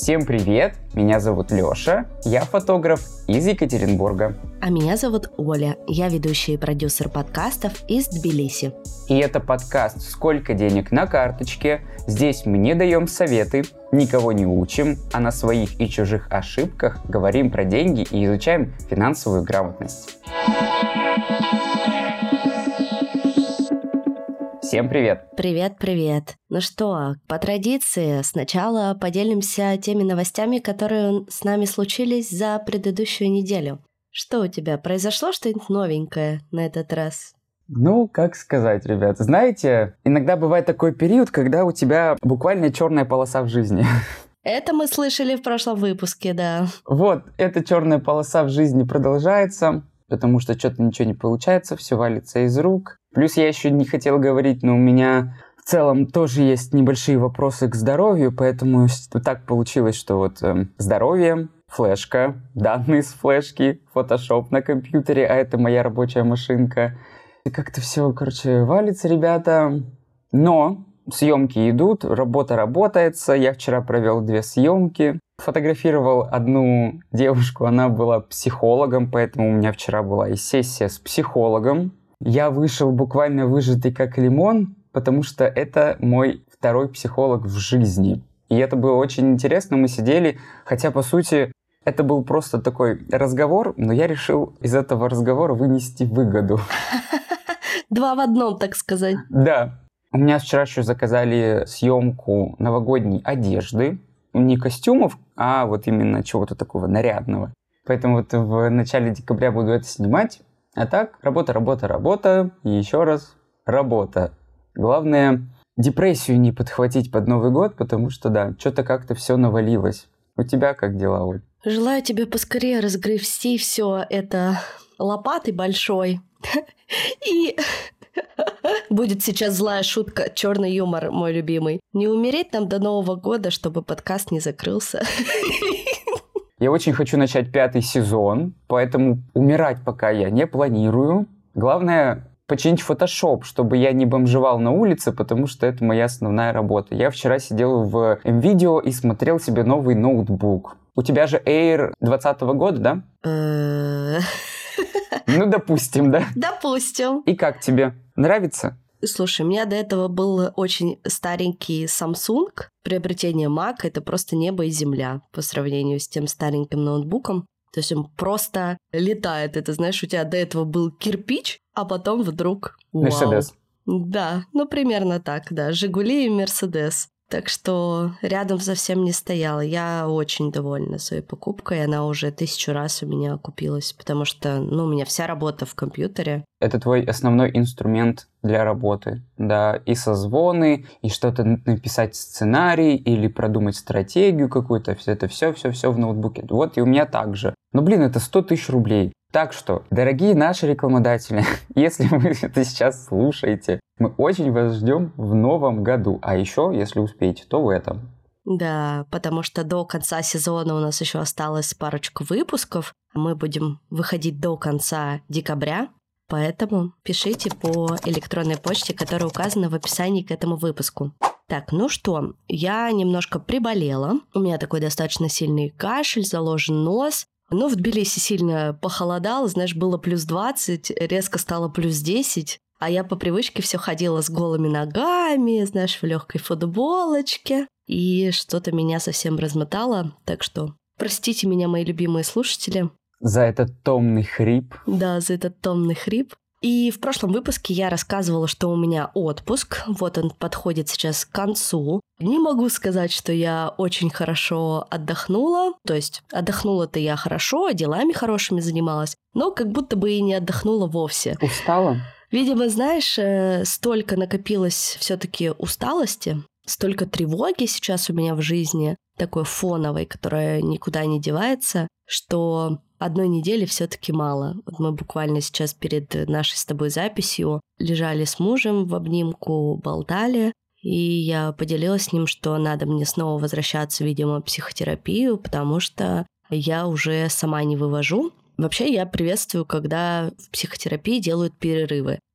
Всем привет! Меня зовут Лёша, я фотограф из Екатеринбурга. А меня зовут Оля, я ведущая и продюсер подкастов из Тбилиси. И это подкаст «Сколько денег на карточке?». Здесь мы не даем советы, никого не учим, а на своих и чужих ошибках говорим про деньги и изучаем финансовую грамотность. Всем привет! Привет! Ну что, по традиции, сначала поделимся теми новостями, которые с нами случились за предыдущую неделю. Что у тебя, произошло что-нибудь новенькое на этот раз? Ну, как сказать, ребят, знаете, иногда бывает такой период, когда у тебя буквально черная полоса в жизни. Это мы слышали в прошлом выпуске, да. Вот, эта черная полоса в жизни продолжается, потому что что-то ничего не получается, все валится из рук. Плюс я еще не хотел говорить, но у меня в целом тоже есть небольшие вопросы к здоровью, поэтому так получилось, что вот здоровье, флешка, данные с флешки, фотошоп на компьютере, а это моя рабочая машинка. И как-то все, валится, ребята. Но съемки идут, работа работается. Я вчера провел 2 съемки. Фотографировал одну девушку, она была психологом, поэтому у меня вчера была и сессия с психологом. Я вышел буквально выжатый как лимон, потому что это мой второй психолог в жизни. И это было очень интересно, мы сидели, хотя, по сути, это был просто такой разговор, но я решил из этого разговора вынести выгоду. 2 в 1, так сказать. Да. У меня вчера еще заказали съемку новогодней одежды. Не костюмов, а вот именно чего-то такого нарядного. Поэтому вот в начале декабря буду это снимать. А так, работа, и еще раз работа. Главное, депрессию не подхватить под Новый год, потому что, да, что-то как-то все навалилось. У тебя как дела, Оль? Желаю тебе поскорее разгребсти все это лопатой большой. И будет сейчас злая шутка, черный юмор, мой любимый. Не умереть нам до Нового года, чтобы подкаст не закрылся. Я очень хочу начать 5-й сезон, поэтому умирать пока я не планирую. Главное починить фотошоп, чтобы я не бомжевал на улице, потому что это моя основная работа. Я вчера сидел в МВидео и смотрел себе новый ноутбук. У тебя же Air 2020 года, да? Ну, допустим, да? Допустим. И как тебе? Нравится? Слушай, у меня до этого был очень старенький Samsung. Приобретение Mac — это просто небо и земля по сравнению с тем стареньким ноутбуком. То есть он просто летает. Это, знаешь, у тебя до этого был кирпич, а потом вдруг... Мерседес. Да, ну примерно так, да. Жигули и Мерседес. Так что рядом совсем не стояла. Я очень довольна своей покупкой. Она уже 1000 раз у меня окупилась, потому что, у меня вся работа в компьютере. Это твой основной инструмент для работы, да, и созвоны, и что-то написать сценарий, или продумать стратегию какую-то, это все в ноутбуке. Вот и у меня так же. Но, это 100 000 рублей. Так что, дорогие наши рекламодатели, если вы это сейчас слушаете, мы очень вас ждем в новом году. А еще, если успеете, то в этом. Да, потому что до конца сезона у нас еще осталось парочку выпусков. Мы будем выходить до конца декабря. Поэтому пишите по электронной почте, которая указана в описании к этому выпуску. Так, ну что, я немножко приболела. У меня такой достаточно сильный кашель, заложен нос. В Тбилиси сильно похолодало, знаешь, было +20, резко стало +10. А я по привычке все ходила с голыми ногами, знаешь, в легкой футболочке. И что-то меня совсем размотало. Так что простите меня, мои любимые слушатели. За этот томный хрип. Да, за этот томный хрип. И в прошлом выпуске я рассказывала, что у меня отпуск. Вот он подходит сейчас к концу. Не могу сказать, что я очень хорошо отдохнула. То есть отдохнула-то я хорошо, делами хорошими занималась, но как будто бы и не отдохнула вовсе. Устала? Видимо, знаешь, столько накопилось все-таки усталости, столько тревоги сейчас у меня в жизни, такой фоновой, которая никуда не девается, что 1 недели все-таки мало. Вот мы буквально сейчас перед нашей с тобой записью лежали с мужем в обнимку, болтали, и я поделилась с ним, что надо мне снова возвращаться, видимо, в психотерапию, потому что я уже сама не вывожу. Вообще я приветствую, когда в психотерапии делают перерывы.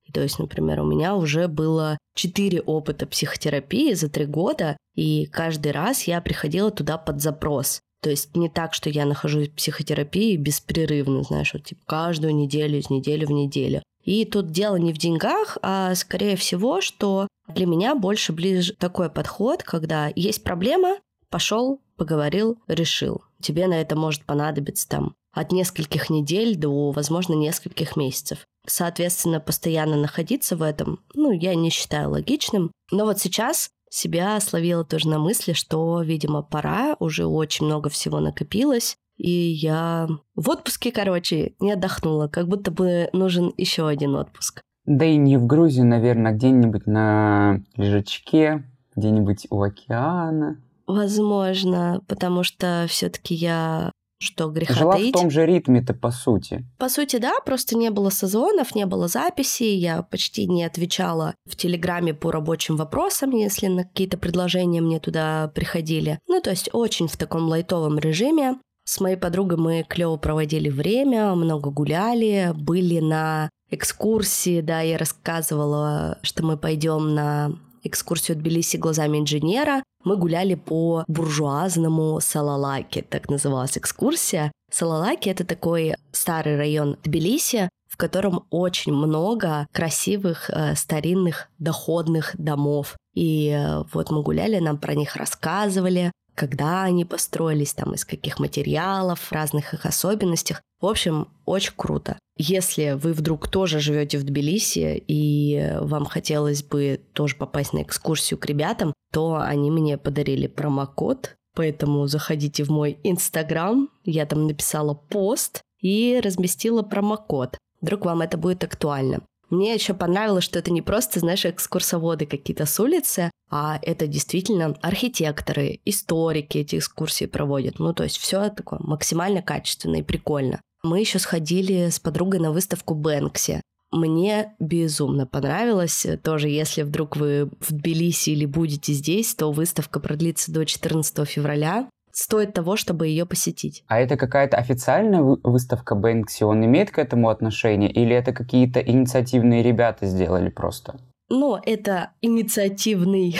То есть, например, у меня уже было 4 опыта психотерапии за 3 года, и каждый раз я приходила туда под запрос. То есть не так, что я нахожусь в психотерапии беспрерывно, знаешь, вот типа каждую неделю, из недели в неделю. И тут дело не в деньгах, а скорее всего, что для меня больше ближе такой подход, когда есть проблема, пошел, поговорил, решил. Тебе на это может понадобиться там от нескольких недель до, возможно, нескольких месяцев. Соответственно, постоянно находиться в этом, я не считаю логичным. Но вот сейчас себя словила тоже на мысли, что, видимо, пора, уже очень много всего накопилось, и я в отпуске, не отдохнула, как будто бы нужен еще один отпуск. Да и не в Грузии, наверное, где-нибудь на лежачке, где-нибудь у океана. Возможно, потому что все-таки я... Что греха жила таить. В том же ритме-то, по сути. По сути, да, просто не было созвонов, не было записей, я почти не отвечала в Телеграме по рабочим вопросам, если на какие-то предложения мне туда приходили. То есть очень в таком лайтовом режиме. С моей подругой мы клево проводили время, много гуляли, были на экскурсии, да, я рассказывала, что мы пойдем на экскурсию Тбилиси глазами инженера. Мы гуляли по буржуазному Салалаке, так называлась экскурсия. Салалаки — это такой старый район Тбилиси, в котором очень много красивых старинных доходных домов. И вот мы гуляли, нам про них рассказывали, когда они построились, там, из каких материалов, разных их особенностях. В общем, очень круто. Если вы вдруг тоже живете в Тбилиси и вам хотелось бы тоже попасть на экскурсию к ребятам, то они мне подарили промокод, поэтому заходите в мой Инстаграм, я там написала пост и разместила промокод. Вдруг вам это будет актуально. Мне еще понравилось, что это не просто, знаешь, экскурсоводы какие-то с улицы, а это действительно архитекторы, историки эти экскурсии проводят. То есть все такое максимально качественно и прикольно. Мы еще сходили с подругой на выставку Бэнкси. Мне безумно понравилось. Тоже, если вдруг вы в Тбилиси или будете здесь, то выставка продлится до 14 февраля. Стоит того, чтобы ее посетить. А это какая-то официальная выставка Бэнкси? Он имеет к этому отношение? Или это какие-то инициативные ребята сделали просто? Это инициативный,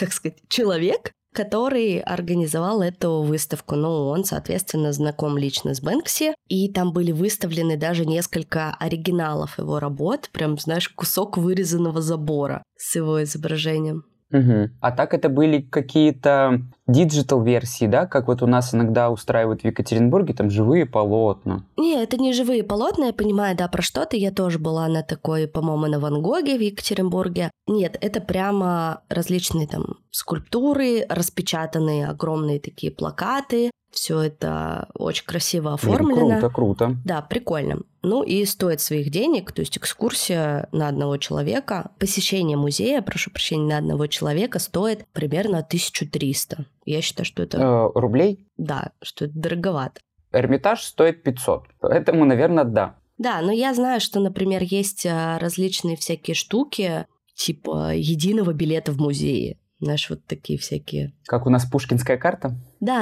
человек, который организовал эту выставку. Он, соответственно, знаком лично с Бэнкси. И там были выставлены даже несколько оригиналов его работ. Прям, знаешь, кусок вырезанного забора с его изображением. Угу. А так это были какие-то диджитал-версии, да? Как вот у нас иногда устраивают в Екатеринбурге, там живые полотна. Не, это не живые полотна, я понимаю, да, про что ты. Я тоже была на такой, по-моему, на Ван Гоге в Екатеринбурге. Нет, это прямо различные там скульптуры, распечатанные огромные такие плакаты. Все это очень красиво оформлено. Круто. Да, прикольно. И стоит своих денег, то есть экскурсия на одного человека, посещение музея, прошу прощения, на одного человека стоит примерно 1300. Я считаю, что это... Рублей? Да, что это дороговато. Эрмитаж стоит 500, поэтому, наверное, да. Да, но я знаю, что, например, есть различные всякие штуки, типа единого билета в музее. Знаешь, вот такие всякие. Как у нас пушкинская карта? Да.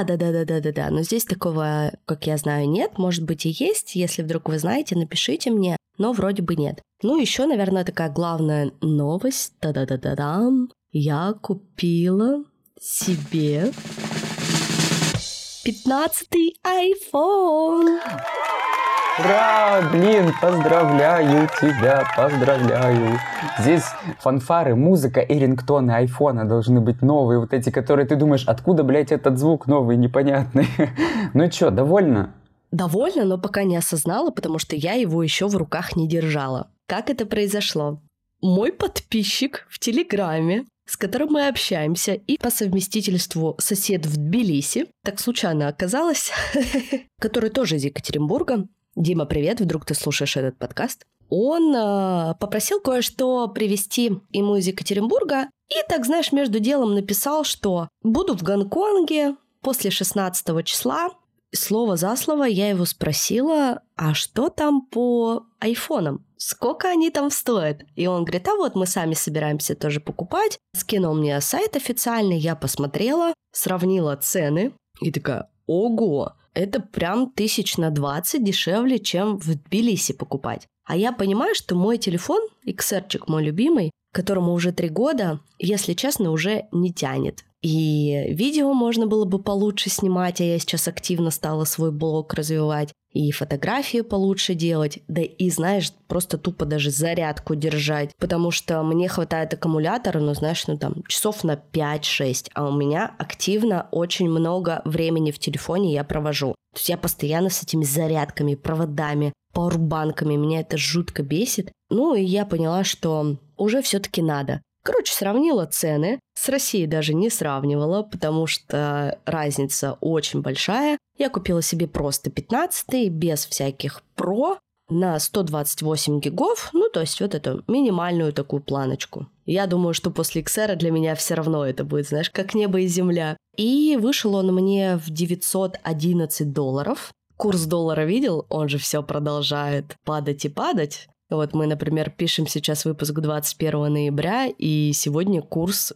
Но здесь такого, как я знаю, нет. Может быть, и есть. Если вдруг вы знаете, напишите мне. Но вроде бы нет. Еще, наверное, такая главная новость. Та-да-да-да-дам. Я купила себе 15-й iPhone. Ура! Поздравляю тебя, поздравляю. Здесь фанфары, музыка и рингтоны айфона должны быть новые. Вот эти, которые ты думаешь, откуда, этот звук новый, непонятный. Ну что, довольна? Довольна, но пока не осознала, потому что я его еще в руках не держала. Как это произошло? Мой подписчик в Телеграме, с которым мы общаемся, и по совместительству сосед в Тбилиси, так случайно оказалось, который тоже из Екатеринбурга. Дима, привет, вдруг ты слушаешь этот подкаст. Он попросил кое-что привезти ему из Екатеринбурга и, так знаешь, между делом написал, что буду в Гонконге после 16 числа. Слово за слово я его спросила, а что там по айфонам? Сколько они там стоят? И он говорит, а вот мы сами собираемся тоже покупать. Скинул мне сайт официальный, я посмотрела, сравнила цены и такая, ого! Это прям 1000 на 20 дешевле, чем в Тбилиси покупать. А я понимаю, что мой телефон, XR-чик мой любимый, которому уже 3 года, если честно, уже не тянет. И видео можно было бы получше снимать, а я сейчас активно стала свой блог развивать, и фотографии получше делать, да и, знаешь, просто тупо даже зарядку держать, потому что мне хватает аккумулятора, ну, знаешь, там часов на 5-6, а у меня активно очень много времени в телефоне я провожу. То есть я постоянно с этими зарядками, проводами, пауэрбанками, меня это жутко бесит. Ну, и я поняла, что уже все-таки надо. Короче, сравнила цены. С Россией даже не сравнивала, потому что разница очень большая. Я купила себе просто 15-й, без всяких Pro, на 128 гигов, ну, то есть вот эту минимальную такую планочку. Я думаю, что после XR для меня все равно это будет, знаешь, как небо и земля. И вышел он мне в $911. Курс доллара видел? Он же все продолжает падать и падать. Вот мы, например, пишем сейчас выпуск 21 ноября, и сегодня курс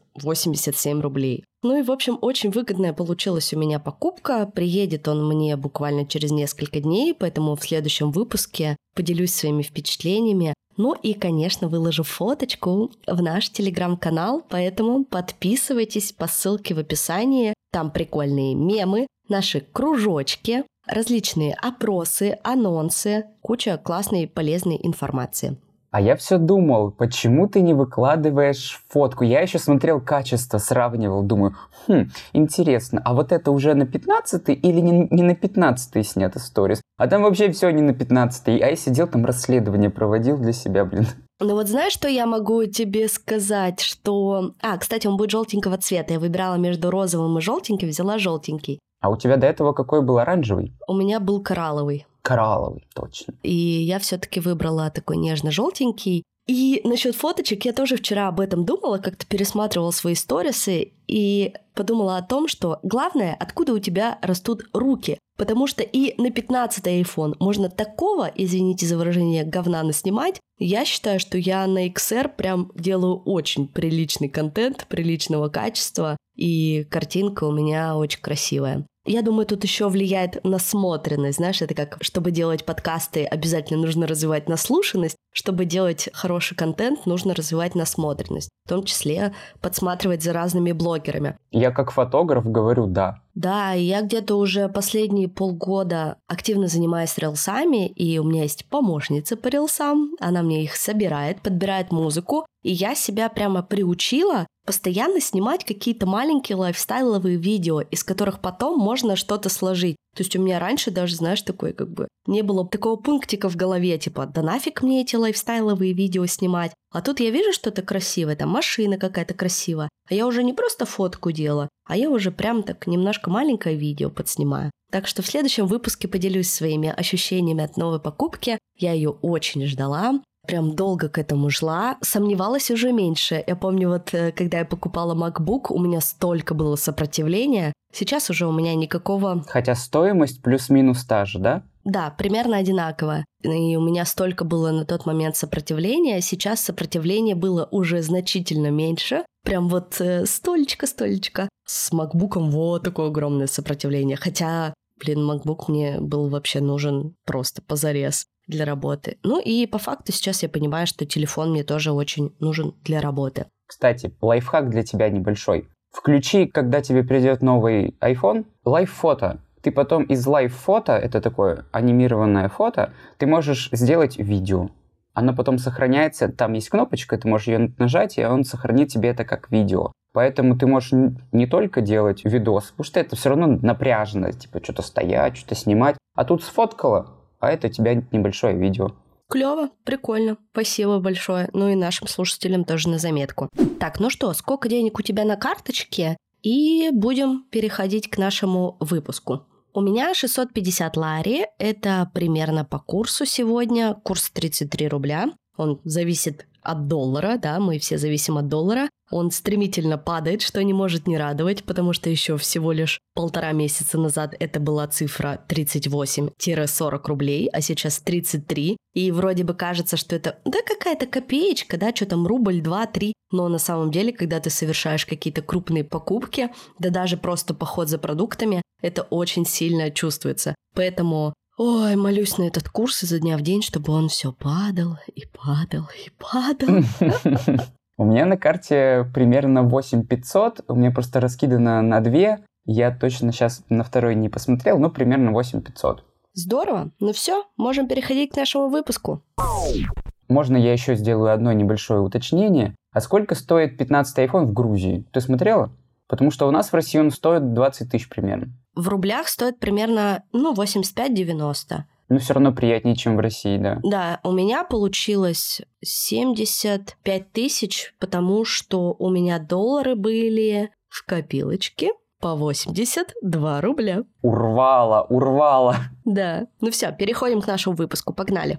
87 рублей. Ну и, в общем, очень выгодная получилась у меня покупка. Приедет он мне буквально через несколько дней, поэтому в следующем выпуске поделюсь своими впечатлениями. Ну и, конечно, выложу фоточку в наш телеграм-канал, поэтому подписывайтесь по ссылке в описании. Там прикольные мемы, наши кружочки, различные опросы, анонсы, куча классной полезной информации. А я все думал, почему ты не выкладываешь фотку? Я еще смотрел качество, сравнивал, думаю, интересно, а вот это уже на 15-й или не на 15-й снято сторис? А там вообще все не на 15-й, а я сидел там расследование проводил для себя, блин. Ну вот знаешь, что я могу тебе сказать, что... кстати, он будет желтенького цвета. Я выбирала между розовым и желтеньким, взяла желтенький. А у тебя до этого какой был оранжевый? У меня был коралловый. Коралловый, точно. И я все-таки выбрала такой нежно-желтенький. И насчет фоточек я тоже вчера об этом думала, как-то пересматривала свои сторисы и подумала о том, что главное, откуда у тебя растут руки. Потому что и на 15-й iPhone можно такого, извините за выражение, говна наснимать. Я считаю, что я на XR прям делаю очень приличный контент, приличного качества, и картинка у меня очень красивая. Я думаю, тут еще влияет насмотренность. Знаешь, это как, чтобы делать подкасты, обязательно нужно развивать наслушанность. Чтобы делать хороший контент, нужно развивать насмотренность. В том числе подсматривать за разными блогерами. Я как фотограф говорю «да». Да, и я где-то уже последние полгода активно занимаюсь рилсами, и у меня есть помощница по рилсам. Она мне их собирает, подбирает музыку, и я себя прямо приучила постоянно снимать какие-то маленькие лайфстайловые видео, из которых потом можно что-то сложить. То есть у меня раньше даже, знаешь, такой не было такого пунктика в голове, типа, да нафиг мне эти лайфстайловые видео снимать. А тут я вижу что-то красивое, там машина какая-то красивая, а я уже не просто фотку делаю, а я уже прям так немножко маленькое видео подснимаю. Так что в следующем выпуске поделюсь своими ощущениями от новой покупки. Я ее очень ждала. Прям долго к этому шла, сомневалась уже меньше. Я помню, вот когда я покупала MacBook, у меня столько было сопротивления. Сейчас уже у меня никакого... Хотя стоимость плюс-минус та же, да? Да, примерно одинаково. И у меня столько было на тот момент сопротивления, сейчас сопротивление было уже значительно меньше. Прям вот столечко. С MacBook'ом вот такое огромное сопротивление. Хотя, MacBook мне был вообще нужен просто позарез для работы. Ну и по факту сейчас я понимаю, что телефон мне тоже очень нужен для работы. Кстати, лайфхак для тебя небольшой. Включи, когда тебе придет новый iPhone, лайв-фото. Ты потом из лайв-фото, это такое анимированное фото, ты можешь сделать видео. Оно потом сохраняется, там есть кнопочка, ты можешь ее нажать, и он сохранит тебе это как видео. Поэтому ты можешь не только делать видос, потому что это все равно напряжно, типа что-то стоять, что-то снимать. А тут сфоткала, а это у тебя небольшое видео. Клево, прикольно, спасибо большое. Ну и нашим слушателям тоже на заметку. Так, ну что, сколько денег у тебя на карточке? И будем переходить к нашему выпуску. У меня 650 лари, это примерно по курсу сегодня, курс 33 рубля. Он зависит от доллара, да, мы все зависим от доллара. Он стремительно падает, что не может не радовать, потому что еще всего лишь 1,5 месяца назад это была цифра 38-40 рублей, а сейчас 33. И вроде бы кажется, что это, какая-то копеечка, да, что там, рубль, 2-3. Но на самом деле, когда ты совершаешь какие-то крупные покупки, да даже просто поход за продуктами, это очень сильно чувствуется. Поэтому Ой, молюсь на этот курс изо дня в день, чтобы он все падал и падал и падал. У меня на карте примерно 8500, у меня просто раскидано на 2. Я точно сейчас на второй не посмотрел, но примерно 8500. Здорово. Ну все, можем переходить к нашему выпуску. Можно я еще сделаю одно небольшое уточнение? А сколько стоит 15-й iPhone в Грузии? Ты смотрела? Потому что у нас в России он стоит 20 тысяч примерно. В рублях стоит примерно, 85-90. Но все равно приятнее, чем в России, да. Да, у меня получилось 75 тысяч, потому что у меня доллары были в копилочке по 82 рубля. Урвала. Да. Ну все, переходим к нашему выпуску. Погнали.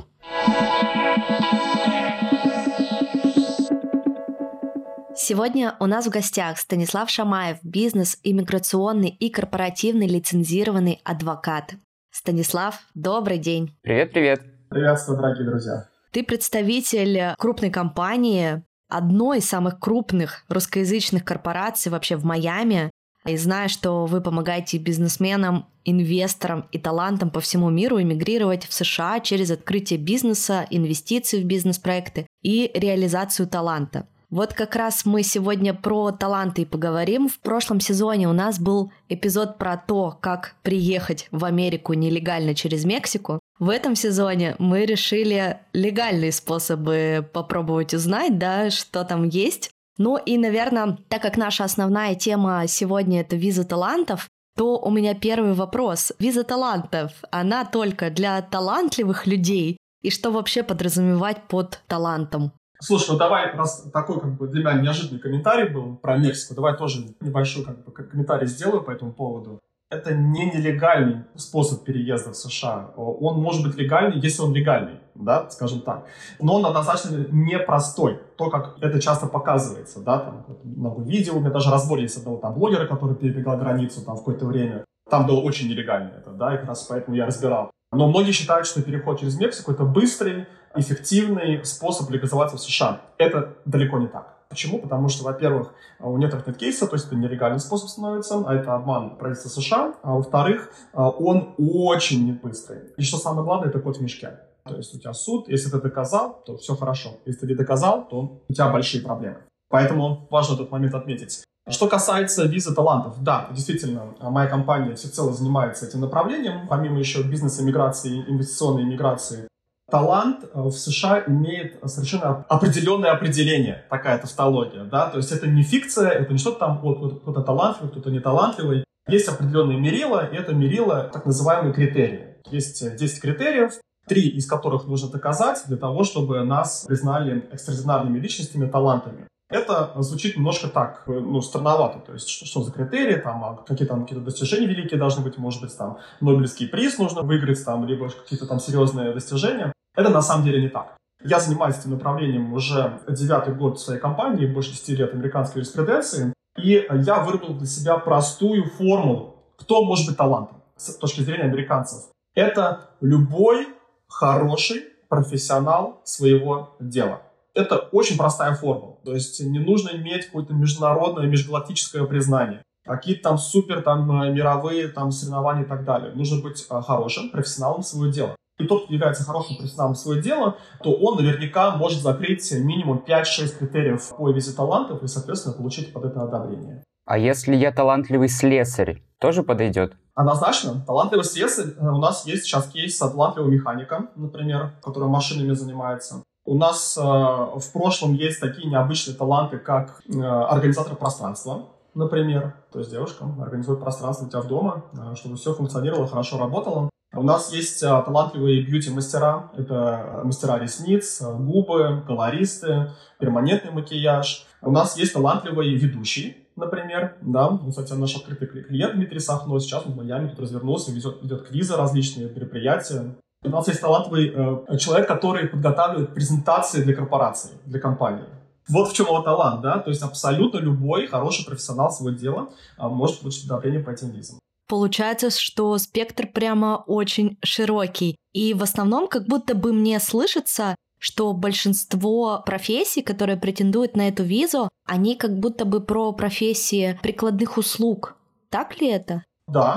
Сегодня у нас в гостях Станислав Шамаев, бизнес, иммиграционный и корпоративный лицензированный адвокат. Станислав, добрый день. Привет. Приветствую, дорогие друзья. Ты представитель крупной компании, одной из самых крупных русскоязычных корпораций вообще в Майами. И знаю, что вы помогаете бизнесменам, инвесторам и талантам по всему миру эмигрировать в США через открытие бизнеса, инвестиции в бизнес-проекты и реализацию таланта. Вот как раз мы сегодня про таланты и поговорим. В прошлом сезоне у нас был эпизод про то, как приехать в Америку нелегально через Мексику. В этом сезоне мы решили легальные способы попробовать узнать, да, что там есть. Ну и, наверное, так как наша основная тема сегодня — это виза талантов, то у меня первый вопрос. Виза талантов, она только для талантливых людей? И что вообще подразумевать под талантом? Слушай, давай, раз такой для меня неожиданный комментарий был про Мексику, давай тоже небольшой комментарий сделаю по этому поводу. Это не нелегальный способ переезда в США. Он может быть легальный, если он легальный, да, скажем так. Но он однозначно непростой, то, как это часто показывается, да, там много видео, у меня даже разбор есть одного там блогера, который перебегал границу там в какое-то время. Там было очень нелегально это, да, и как раз поэтому я разбирал. Но многие считают, что переход через Мексику — это быстрый, эффективный способ легализоваться в США. Это далеко не так. Почему? Потому что, во-первых, у некоторых нет кейса, то есть это нелегальный способ становится, а это обман правительства США. А во-вторых, он очень небыстрый. И что самое главное, это кот в мешке. То есть у тебя суд, если ты доказал, то все хорошо. Если ты не доказал, то у тебя большие проблемы. Поэтому важно этот момент отметить. Что касается визы талантов, да, действительно, моя компания всецело занимается этим направлением, помимо еще бизнес-иммиграции, инвестиционной иммиграции. Талант в США имеет совершенно определенное определение, такая тавтология, да, то есть это не фикция, это не что-то там, вот кто-то талантливый, кто-то неталантливый. Есть определенные мерила, и это мерила так называемые критерии. Есть 10 критериев, 3 из которых нужно доказать для того, чтобы нас признали экстраординарными личностями, талантами. Это звучит немножко так, странновато. То есть, что за критерии, там, какие-то достижения великие должны быть, может быть, там, Нобелевский приз нужно выиграть, там, либо какие-то там серьезные достижения. Это на самом деле не так. Я занимаюсь этим направлением уже 9-й год в своей компании, больше 10 лет американской юриспруденции, и я выработал для себя простую формулу, кто может быть талантом с точки зрения американцев. Это любой хороший профессионал своего дела. Это очень простая формула. То есть не нужно иметь какое-то международное, межгалактическое признание. Какие-то там супер мировые соревнования и так далее. Нужно быть хорошим профессионалом своего дела. И тот, кто является хорошим профессионалом своего дела, то он наверняка может закрыть минимум 5-6 критериев по визе талантов и, соответственно, получить под это одобрение. А если я талантливый слесарь, тоже подойдет? Однозначно. Талантливый слесарь. У нас есть сейчас кейс талантливого механика, например, который машинами занимается. У нас в прошлом есть такие необычные таланты, как организатор пространства, например. То есть девушка организует пространство у тебя в дома, чтобы все функционировало, хорошо работало. У нас есть талантливые бьюти-мастера. Это мастера ресниц, губы, колористы, перманентный макияж. У нас есть талантливые ведущие, например. Да? Кстати, наш открытый клиент Дмитрий Сахно сейчас в Майами тут развернулся, ведет квизы, различные мероприятия. У нас есть талантливый человек, который подготавливает презентации для корпораций, для компаний. Вот в чем его талант, да? То есть абсолютно любой хороший профессионал своего дела может получить одобрение по этим визам. Получается, что спектр прямо очень широкий. И в основном как будто бы мне слышится, что большинство профессий, которые претендуют на эту визу, они как будто бы про профессии прикладных услуг. Так ли это? Да.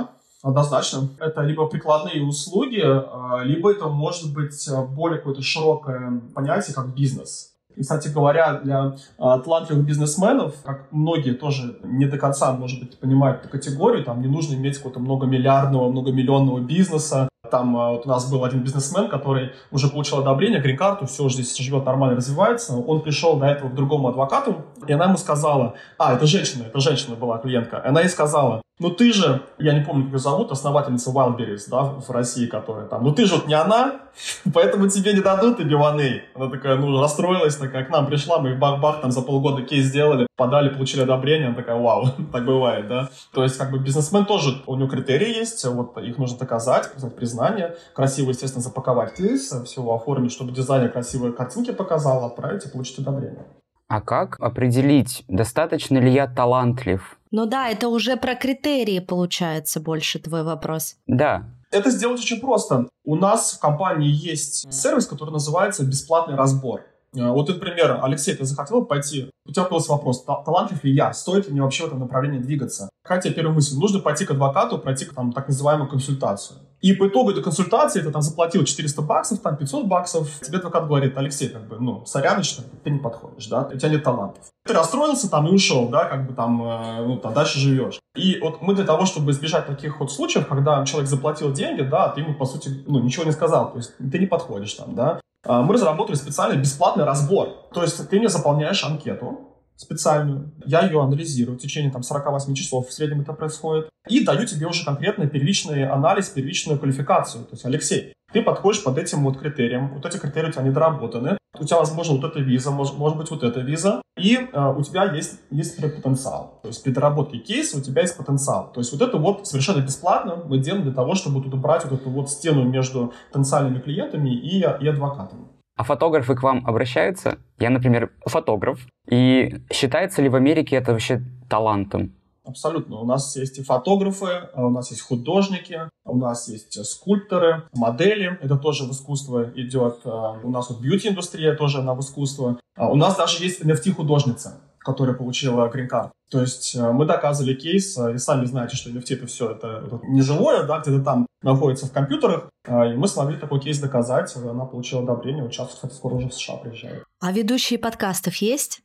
Однозначно. Это либо прикладные услуги, либо это может быть более какое-то широкое понятие, как бизнес. И, кстати говоря, для талантливых бизнесменов, как многие тоже не до конца, может быть, понимают эту категорию, там не нужно иметь какого-то многомиллиардного, многомиллионного бизнеса. Там вот у нас был один бизнесмен, который уже получил одобрение, грин-карту, все, уже здесь живет нормально, развивается. Он пришел до этого к другому адвокату, и она ему сказала, это женщина была клиентка, и она ей сказала, ну ты же, я не помню, как ее зовут, основательница Wildberries, да, в России, которая там, ну ты же вот не она, поэтому тебе не дадут и B1A. Она такая, расстроилась, такая, к нам пришла, мы их бах-бах, там за полгода кейс сделали, подали, получили одобрение, она такая, вау, так бывает, да. То есть, как бы, бизнесмен тоже, у него критерии есть, вот их нужно доказать, признание, красиво, естественно, запаковать кейс, все оформить, чтобы дизайнер красивые картинки показал, отправить и получить одобрение. А как определить, достаточно ли я талантлив? Ну да, это уже про критерии, получается, больше твой вопрос. Да. Это сделать очень просто. У нас в компании есть сервис, который называется «Бесплатный разбор». Вот, например, Алексей, ты захотел пойти, у тебя появился вопрос, талантлив ли я, стоит ли мне вообще в этом направлении двигаться? Какая тебе первая мысль? Нужно пойти к адвокату, пройти там, так называемую консультацию. И по итогу этой консультации ты там заплатил $400, там $500, тебе адвокат говорит, Алексей, как бы, соряночно, ты не подходишь, да, у тебя нет талантов. Ты расстроился там и ушел, да, как бы там, дальше живешь. И вот мы для того, чтобы избежать таких вот случаев, когда человек заплатил деньги, да, ты ему, по сути, ничего не сказал, то есть ты не подходишь там, да, мы разработали специальный бесплатный разбор. То есть ты мне заполняешь анкету специальную, я ее анализирую в течение 48 часов, в среднем это происходит, и даю тебе уже конкретный первичный анализ, первичную квалификацию. То есть, Алексей, ты подходишь под этим вот критериям, вот эти критерии у тебя недоработаны, у тебя, возможно, вот эта виза, может быть, вот эта виза, и у тебя есть потенциал. То есть при доработке кейса у тебя есть потенциал. То есть вот это вот совершенно бесплатно мы делаем для того, чтобы тут убрать вот эту вот стену между потенциальными клиентами и адвокатами. А фотографы к вам обращаются? Я, например, фотограф. И считается ли в Америке это вообще талантом? Абсолютно. У нас есть и фотографы, у нас есть художники, у нас есть скульпторы, модели. Это тоже в искусство идет. У нас вот бьюти-индустрия тоже она в искусство. У нас даже есть NFT-художница, которая получила грин-карт. То есть мы доказывали кейс, и сами знаете, что NFT это все это не живое, да, где-то там находится в компьютерах. И мы смогли такой кейс доказать. Она получила одобрение. Вот сейчас, кстати, скоро уже в США приезжает. А ведущие подкастов есть?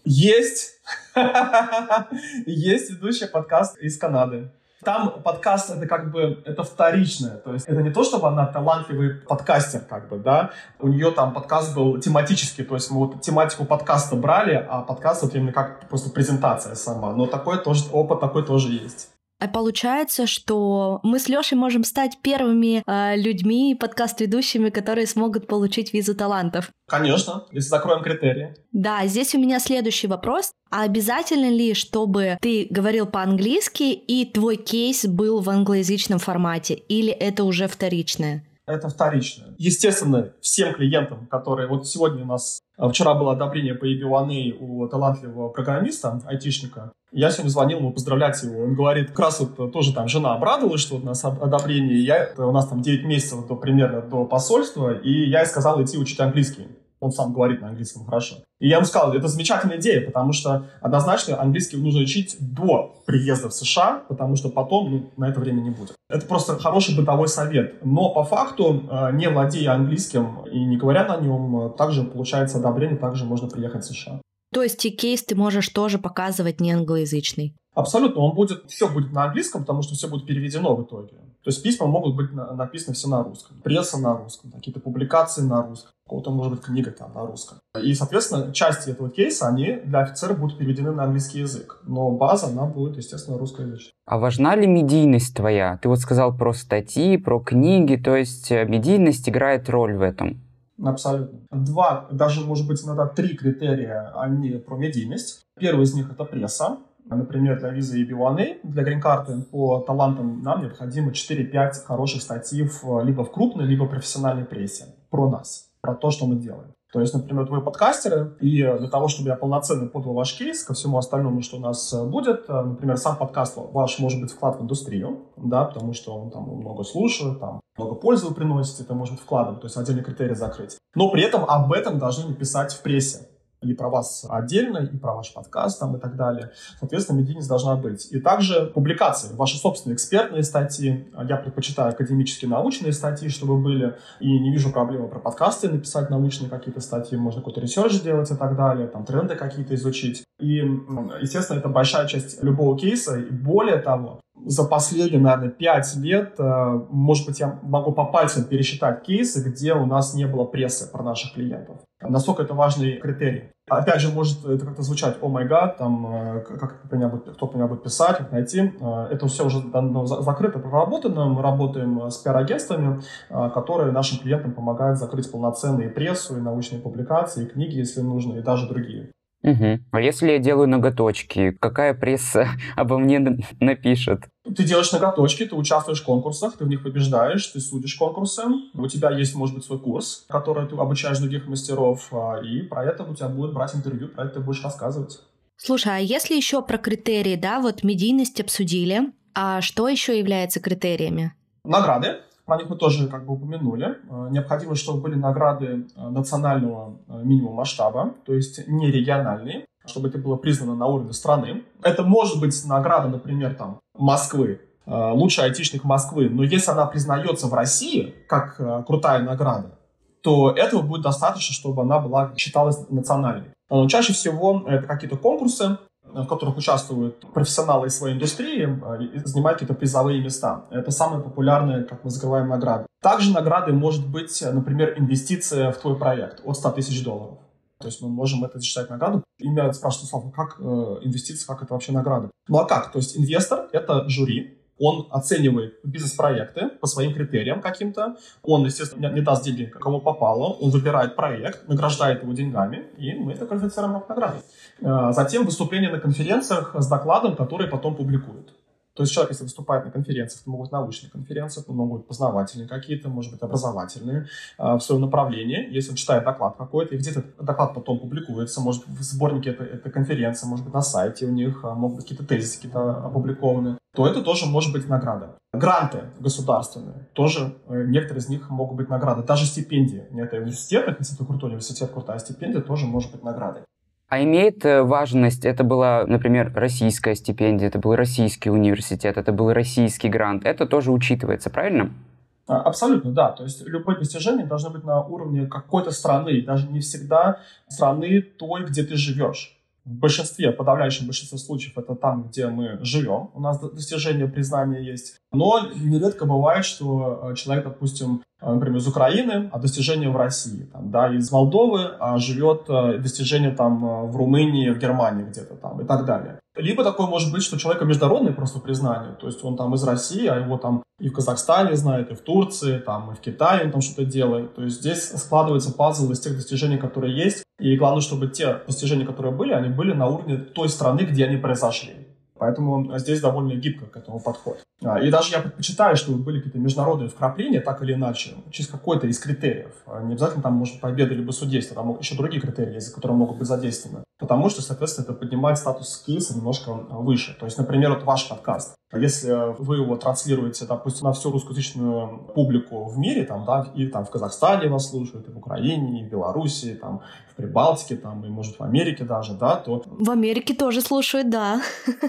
Есть. Есть ведущий подкаст из Канады. Там подкаст это вторичное, то есть это не то, чтобы она талантливый подкастер, да, у нее там подкаст был тематический, то есть мы вот тематику подкаста брали, а подкаст вот именно как просто презентация сама, но опыт такой тоже есть. А получается, что мы с Лёшей можем стать первыми людьми, подкаст-ведущими, которые смогут получить визу талантов. Конечно, если закроем критерии. Да, здесь у меня следующий вопрос. А обязательно ли, чтобы ты говорил по-английски и твой кейс был в англоязычном формате? Или это уже вторичное? Это вторичное. Естественно, всем клиентам, которые... Вот сегодня у нас... Вчера было одобрение по EB1A у талантливого программиста, айтишника. Я сегодня звонил ему поздравлять его. Он говорит, как раз вот тоже там жена обрадовалась, что у нас одобрение. У нас там 9 месяцев примерно до посольства, и я ей сказал идти учить английский. Он сам говорит на английском хорошо. И я ему сказал, это замечательная идея, потому что однозначно английский нужно учить до приезда в США, потому что потом на это время не будет. Это просто хороший бытовой совет. Но по факту, не владея английским и не говоря на нем, также получается одобрение, также можно приехать в США. То есть и кейс ты можешь тоже показывать не англоязычный? Абсолютно, все будет на английском, потому что все будет переведено в итоге. То есть письма могут быть написаны все на русском, пресса на русском, какие-то публикации на русском, у кого-то может быть книга там на русском. И, соответственно, части этого кейса, они для офицера будут переведены на английский язык, но база, она будет, естественно, русскоязычная. А важна ли медийность твоя? Ты вот сказал про статьи, про книги, то есть медийность играет роль в этом? Абсолютно. 2, даже, может быть, иногда 3 критерия, они про медийность. Первый из них — это пресса. Например, для визы EB1A, для грин-карты по талантам нам необходимо 4-5 хороших статей либо в крупной, либо профессиональной прессе про нас, про то, что мы делаем. То есть, например, вы подкастеры, и для того, чтобы я полноценно подал ваш кейс ко всему остальному, что у нас будет, например, сам подкаст ваш может быть вклад в индустрию, да, потому что он там много слушает, там много пользы вы приносите, это может быть вкладом, то есть отдельный критерий закрыть. Но при этом об этом должны написать в прессе. и про вас отдельно, и про ваш подкаст там, и так далее. Соответственно, медийность должна быть. И также публикации, ваши собственные экспертные статьи. Я предпочитаю академические научные статьи, чтобы были. И не вижу проблемы про подкасты написать научные какие-то статьи. Можно какой-то ресерч делать и так далее, там тренды какие-то изучить. И, естественно, это большая часть любого кейса. И более того, за последние, наверное, 5 лет, может быть, я могу по пальцам пересчитать кейсы, где у нас не было прессы про наших клиентов. Насколько это важный критерий. Опять же, может это как-то звучать, о май гад, там, как кто по меня будет писать, как найти. Это все уже давно закрыто, проработано. Мы работаем с пиар-агентствами, которые нашим клиентам помогают закрыть полноценные прессу, и научные публикации, и книги, если нужно, и даже другие. Угу. А если я делаю ноготочки, какая пресса обо мне напишет? Ты делаешь ноготочки, ты участвуешь в конкурсах, ты в них побеждаешь, ты судишь конкурсы. У тебя есть, может быть, свой курс, который ты обучаешь других мастеров, и про это у тебя будут брать интервью, про это ты будешь рассказывать. Слушай, а если еще про критерии, да, вот медийность обсудили, а что еще является критериями? Награды. Про них мы тоже как бы упомянули. Необходимо, чтобы были награды национального минимума масштаба, то есть не региональные, чтобы это было признано на уровне страны. Это может быть награда, например, там, Москвы, лучший айтишник Москвы, но если она признается в России как крутая награда, то этого будет достаточно, чтобы она считалась национальной. Но чаще всего это какие-то конкурсы, в которых участвуют профессионалы из своей индустрии и занимают какие-то призовые места. Это самые популярные, как мы называем, награды. Также наградой может быть, например, инвестиция в твой проект от $100 000. То есть мы можем это засчитать награду. И меня спрашивают, Слава, как инвестиция, как это вообще награда? Ну а как? То есть инвестор — это жюри. Он оценивает бизнес-проекты по своим критериям каким-то. Он, естественно, не даст деньги, кому попало. Он выбирает проект, награждает его деньгами, и мы это квалифицируем как награду. Затем выступление на конференциях с докладом, который потом публикуют. То есть человек, если выступает на конференциях, это могут быть научные конференции, это могут быть познавательные какие-то, может быть, образовательные в своем направлении. Если он читает доклад какой-то, и где-то доклад потом публикуется, может быть, в сборнике этой конференции, может быть, на сайте у них, могут быть какие-то тезисы какие-то опубликованы, то это тоже может быть награда. Гранты государственные, тоже некоторые из них могут быть награды. Даже стипендии. Не это в университетах, если это крутой университет, крутая стипендия, тоже может быть наградой. А имеет важность, это была, например, российская стипендия, это был российский университет, это был российский грант, это тоже учитывается, правильно? Абсолютно, да. То есть любое достижение должно быть на уровне какой-то страны, даже не всегда страны той, где ты живешь. В большинстве, подавляющем большинстве случаев это там, где мы живем. У нас достижение, признание есть. Но нередко бывает, что человек, допустим, например, из Украины, а достижение в России. Там, да, из Молдовы, а живет достижение там, в Румынии, в Германии где-то там и так далее. Либо такое может быть, что у человека международное просто признание. То есть он там из России, а его там и в Казахстане знают, и в Турции, там, и в Китае он там что-то делает. То есть здесь складывается пазл из тех достижений, которые есть. И главное, чтобы те достижения, которые были, они были на уровне той страны, где они произошли. Поэтому здесь довольно гибко к этому подход. И даже я предпочитаю, чтобы были какие-то международные вкрапления, так или иначе, через какой-то из критериев. Не обязательно там может победа либо судейство, там еще другие критерии есть, которые могут быть задействованы. Потому что, соответственно, это поднимает статус кейса немножко выше. То есть, например, вот ваш подкаст. Если вы его транслируете, допустим, на всю русскоязычную публику в мире, там, да, и там в Казахстане вас слушают, и в Украине, и в Беларуси, там, в Прибалтике, там, и, может, в Америке даже, да, то... В Америке тоже слушают, да.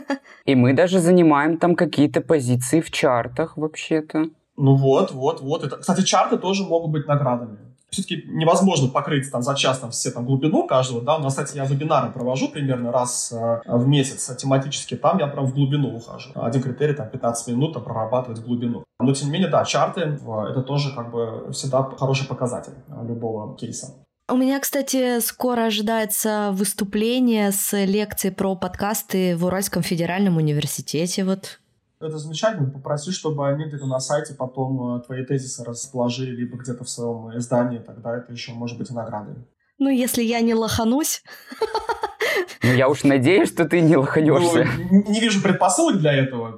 И мы даже занимаем там какие-то позиции в чартах, вообще-то. Ну вот. Это... Кстати, чарты тоже могут быть наградами. Все-таки невозможно покрыть там за час там, все там глубину каждого, да, у нас, кстати, я вебинары провожу примерно раз в месяц тематически, там я прям в глубину ухожу. Один критерий, там, 15 минут там, прорабатывать глубину. Но, тем не менее, да, чарты, это тоже как бы всегда хороший показатель любого кейса. У меня, кстати, скоро ожидается выступление с лекцией про подкасты в Уральском федеральном университете, вот. Это замечательно. Попроси, чтобы они где-то на сайте потом твои тезисы расположили, либо где-то в своем издании, тогда это еще может быть и наградой. Ну, если я не лоханусь. Ну, я уж надеюсь, что ты не лоханешься. Ну, не вижу предпосылок для этого.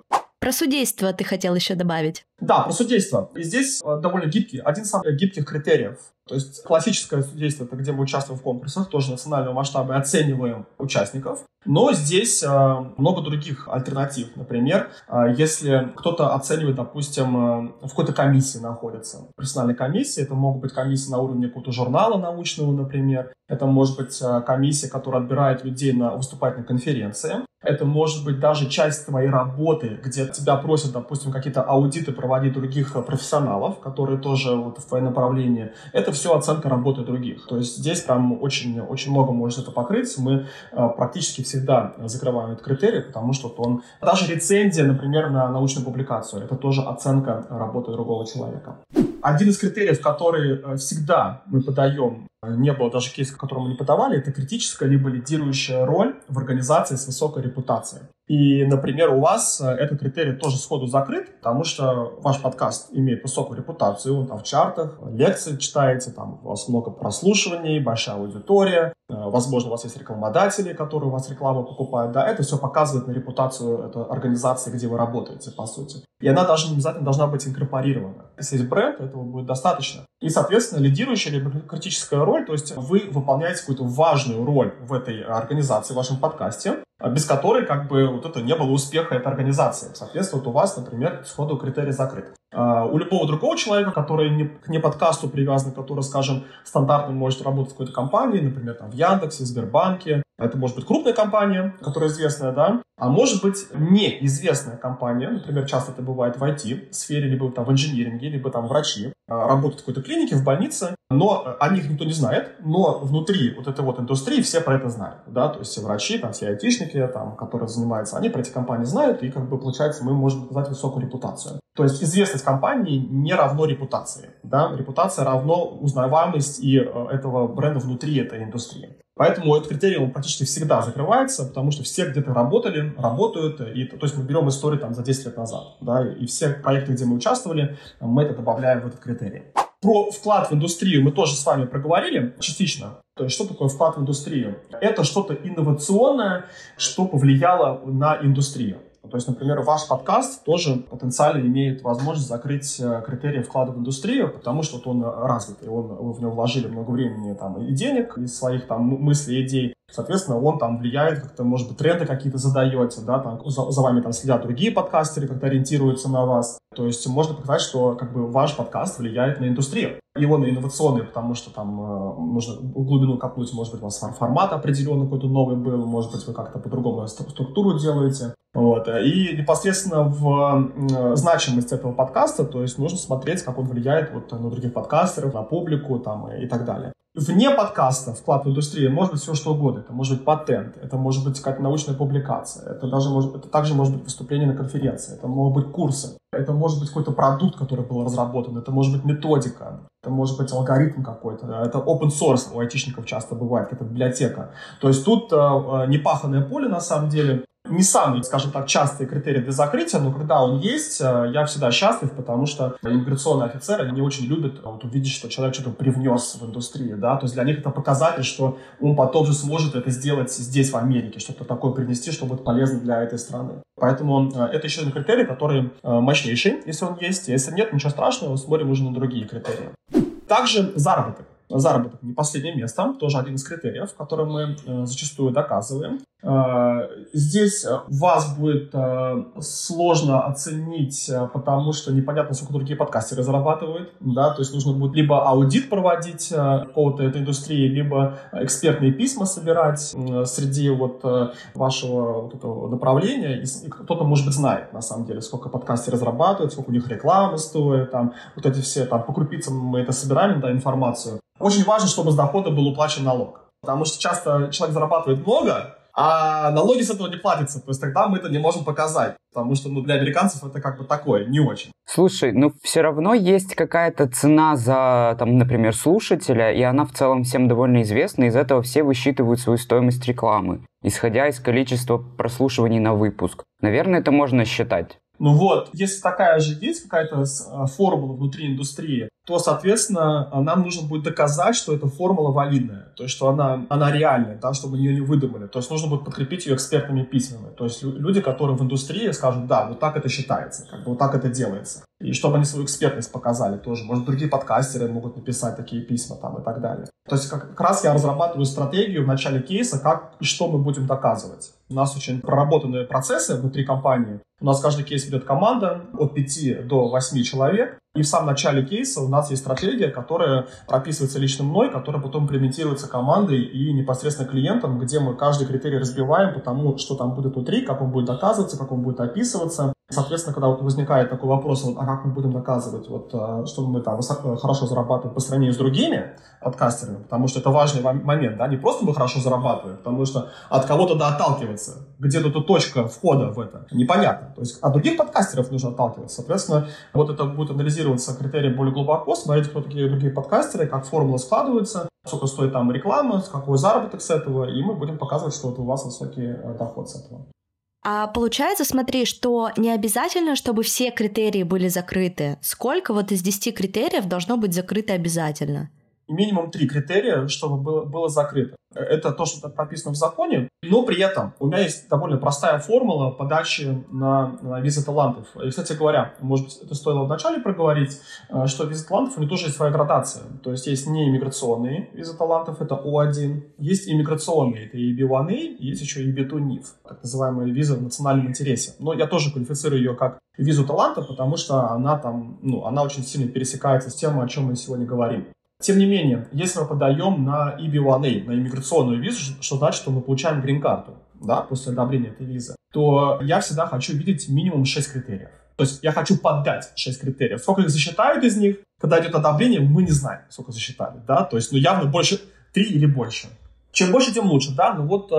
Про судейство ты хотел еще добавить. Да, про судейство. И здесь довольно гибкий, один из самых гибких критериев. То есть классическое судейство, это где мы участвуем в конкурсах, тоже национального масштаба, и оцениваем участников. Но здесь много других альтернатив. Например, если кто-то оценивает, допустим, в какой-то комиссии находится, профессиональной комиссии, это могут быть комиссии на уровне какого-то журнала научного, например, это может быть комиссия, которая отбирает людей на выступательной конференции. Это может быть даже часть твоей работы, где тебя просят, допустим, какие-то аудиты проводить других профессионалов, которые тоже вот в твоем направлении. Это все оценка работы других. То есть здесь прям очень, очень много может это покрыть. Мы практически всегда закрываем этот критерий, потому что он... Даже рецензия, например, на научную публикацию, это тоже оценка работы другого человека. Один из критериев, который всегда мы подаем, не было даже кейса, который мы не подавали, это критическая либо лидирующая роль в организации с высокой репутацией. И, например, у вас этот критерий тоже сходу закрыт, потому что ваш подкаст имеет высокую репутацию, он там в чартах, лекции читаете, там у вас много прослушиваний, большая аудитория, возможно, у вас есть рекламодатели, которые у вас рекламу покупают, да, это все показывает на репутацию этой организации, где вы работаете, по сути. И она даже не обязательно должна быть инкорпорирована. Если есть бренд, этого будет достаточно. И, соответственно, лидирующая либо критическая роль, то есть вы выполняете какую-то важную роль в этой организации, в вашем подкасте, без которой как бы вот это не было успеха этой организации. Соответственно, вот у вас, например, сходу критерий закрыт. У любого другого человека, который не к подкасту привязан, который, скажем, стандартно может работать в какой-то компании, например, там, в Яндексе, Сбербанке, это может быть крупная компания, которая известная, да, а может быть неизвестная компания, например, часто это бывает в IT-сфере, либо там в инжиниринге, либо там врачи, работают в какой-то клинике, в больнице, но о них никто не знает, но внутри вот этой вот индустрии все про это знают, да, то есть все врачи, там, все айтишники, там, которые занимаются, они про эти компании знают, и как бы получается мы можем показать высокую репутацию. То есть известность компании не равно репутации, да, репутация равно узнаваемость и этого бренда внутри этой индустрии. Поэтому этот критерий он практически всегда закрывается, потому что все где-то работали, работают. И, то есть мы берем историю там, за 10 лет назад. Да, и все проекты, где мы участвовали, мы это добавляем в этот критерий. Про вклад в индустрию мы тоже с вами проговорили частично. То есть что такое вклад в индустрию? Это что-то инновационное, что повлияло на индустрию. То есть, например, ваш подкаст тоже потенциально имеет возможность закрыть критерии вклада в индустрию, потому что вот он развитый, вы в него вложили много времени там, и денег, и своих там, мыслей, идей. Соответственно, он там влияет, как-то, может быть, тренды какие-то задаете, да, там, за вами там следят другие подкастеры, как-то ориентируются на вас. То есть можно показать, что как бы ваш подкаст влияет на индустрию. И он инновационный, потому что там нужно в глубину копнуть, может быть, у вас формат определенный какой-то новый был, может быть, вы как-то по-другому структуру делаете. Вот. И непосредственно в значимость этого подкаста, то есть нужно смотреть, как он влияет вот на других подкастеров, на публику там, и так далее. Вне подкаста вклад в индустрию может быть все что угодно. Это может быть патент, это может быть какая-то научная публикация, это также может быть выступление на конференции, это могут быть курсы, это может быть какой-то продукт, который был разработан, это может быть методика, это может быть алгоритм какой-то, это open source, у айтишников часто бывает, какая-то библиотека. То есть тут непаханное поле на самом деле. Не самый, скажем так, частый критерий для закрытия, но когда он есть, я всегда счастлив, потому что иммиграционные офицеры, они очень любят вот увидеть, что человек что-то привнес в индустрию, да, то есть для них это показатель, что он потом же сможет это сделать здесь, в Америке, что-то такое принести, что будет полезно для этой страны. Поэтому это еще один критерий, который мощнейший, если он есть. Если нет, ничего страшного, смотрим уже на другие критерии. Также заработок. Заработок не последнее место, тоже один из критериев, который мы зачастую доказываем. Здесь вас будет сложно оценить, потому что непонятно, сколько другие подкастеры зарабатывают. Да? То есть нужно будет либо аудит проводить какого-то этой индустрии, либо экспертные письма собирать среди вот вашего вот этого направления. И кто-то, может быть, знает, на самом деле, сколько подкастеры зарабатывают, сколько у них рекламы стоит. Там, вот эти все, там, по крупицам мы это собираем, да, информацию. Очень важно, чтобы с дохода был уплачен налог. Потому что часто человек зарабатывает много, а налоги с этого не платятся. То есть тогда мы это не можем показать. Потому что для американцев это как бы такое, не очень. Слушай, ну все равно есть какая-то цена за, там, например, слушателя, и она в целом всем довольно известна. Из этого все высчитывают свою стоимость рекламы, исходя из количества прослушиваний на выпуск. Наверное, это можно считать. Ну вот, если такая же есть какая-то формула внутри индустрии, то, соответственно, нам нужно будет доказать, что эта формула валидная, то есть, что она реальная, да, чтобы ее не выдумали. То есть, нужно будет подкрепить ее экспертными письмами. То есть, люди, которые в индустрии скажут, да, вот так это считается, как бы вот так это делается. И чтобы они свою экспертность показали тоже. Может, другие подкастеры могут написать такие письма там и так далее. То есть, как раз я разрабатываю стратегию в начале кейса, как и что мы будем доказывать. У нас очень проработанные процессы внутри компании. У нас каждый кейс ведет команда от 5 до 8 человек. И в самом начале кейса у нас есть стратегия, которая прописывается лично мной, которая потом имплементируется командой и непосредственно клиентом, где мы каждый критерий разбиваем по тому, что там будет внутри, как он будет доказываться, как он будет описываться. Соответственно, когда вот возникает такой вопрос, вот, а как мы будем доказывать, вот, что мы там хорошо зарабатываем по сравнению с другими подкастерами, потому что это важный момент, да, не просто мы хорошо зарабатываем, потому что от кого-то надо отталкиваться, где-то точка входа в это непонятно, то есть от других подкастеров нужно отталкиваться, соответственно, вот это будет анализироваться критерии более глубоко, смотреть, кто такие другие подкастеры, как формулы складываются, сколько стоит там реклама, какой заработок с этого, и мы будем показывать, что вот у вас высокий доход с этого. А получается, смотри, что не обязательно, чтобы все критерии были закрыты. Сколько вот из 10 критериев должно быть закрыто обязательно? Минимум 3 критерия, чтобы было закрыто. Это то, что прописано в законе, но при этом у меня есть довольно простая формула подачи на визы талантов. И, кстати говоря, может быть, это стоило вначале проговорить, что визы талантов, у них тоже есть своя градация. То есть неиммиграционные визы талантов, это O1, есть иммиграционные, это EB1A, есть еще EB2NIF, так называемая виза в национальном интересе. Но я тоже квалифицирую ее как визу таланта, потому что она там, она очень сильно пересекается с тем, о чем мы сегодня говорим. Тем не менее, если мы подаем на EB1A, на иммиграционную визу, что значит, что мы получаем грин-карту, да, после одобрения этой визы, то я всегда хочу видеть минимум 6 критериев. То есть я хочу подать 6 критериев. Сколько их засчитают из них, когда идет одобрение, мы не знаем, сколько засчитали, да, то есть, явно больше 3 или больше. Чем больше, тем лучше, да,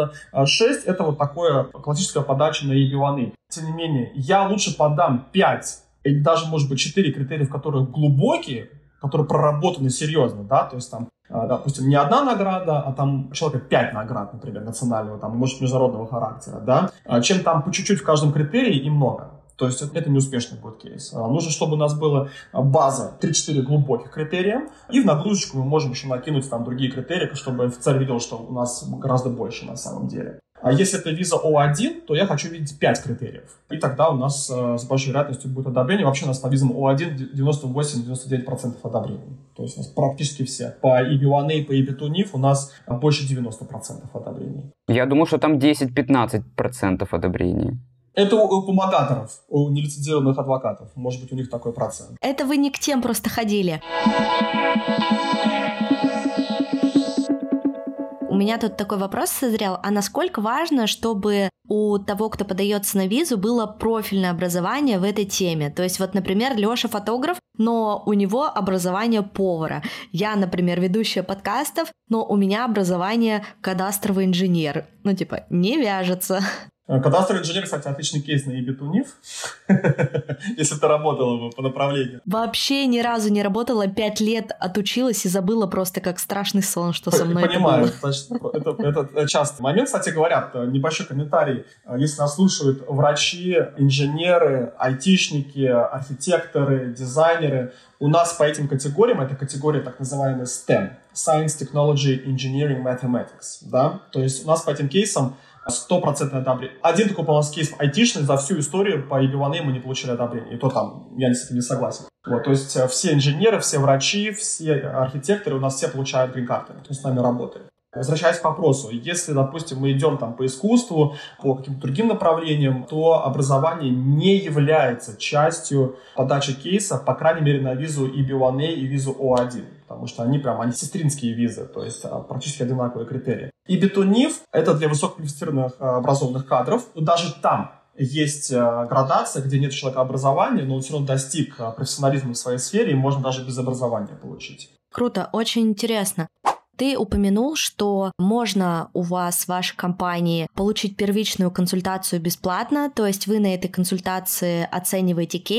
6 это вот такое классическая подача на EB1A. Тем не менее, я лучше подам 5 или даже, может быть, 4 критериев, которые глубокие, которые проработаны серьезно, да, то есть там, допустим, не одна награда, а там у человека 5 наград, например, национального, там, может, международного характера, да, чем там по чуть-чуть в каждом критерии и много. То есть это неуспешный будет кейс. Нужно, чтобы у нас была база 3-4 глубоких критерия, и в нагрузочку мы можем еще накинуть там другие критерии, чтобы офицер видел, что у нас гораздо больше на самом деле. А если это виза O1, то я хочу видеть 5 критериев. И тогда у нас с большой вероятностью будет одобрение. Вообще у нас по визам O1 98-99% одобрений. То есть у нас практически все. По EB1A, по EB2NIF у нас больше 90% одобрений. Я думаю, что там 10-15% одобрений. Это у помогаторов, у нелицензированных адвокатов. Может быть, у них такой процент. Это вы не к тем просто ходили. У меня тут такой вопрос созрел. А насколько важно, чтобы у того, кто подается на визу, было профильное образование в этой теме? То есть вот, например, Лёша фотограф, но у него образование повара. Я, например, ведущая подкастов, но у меня образование кадастровый инженер. Не вяжется. Кадастровый инженер, кстати, отличный кейс на EB2NIF, если ты работала бы по направлению. Вообще ни разу не работала, 5 лет отучилась и забыла просто как страшный сон, что со мной Понимаю, это было. Это частый момент. Кстати говоря, небольшой комментарий. Если нас слушают врачи, инженеры, айтишники, архитекторы, дизайнеры, у нас по этим категориям, это категория так называемая STEM, Science, Technology, Engineering, Mathematics, да? То есть у нас по этим кейсам 100% одобрение. Один такой, по-моему, кейс айтишный, за всю историю по EB1A мы не получили одобрение. И то там, я с этим не согласен. То есть все инженеры, все врачи, все архитекторы у нас все получают грин-карты, кто с нами работает. Возвращаясь к вопросу, если, допустим, мы идем там по искусству, по каким-то другим направлениям, то образование не является частью подачи кейса, по крайней мере, на визу EB1A и визу O1, потому что они сестринские визы, то есть практически одинаковые критерии. EB2NIF — это для высококвалифицированных образованных кадров, но даже там есть градация, где нет человека образования, но он все равно достиг профессионализма в своей сфере, и можно даже без образования получить. Круто, очень интересно. Ты упомянул, что можно у вас в вашей компании получить первичную консультацию бесплатно, то есть вы на этой консультации оцениваете кейс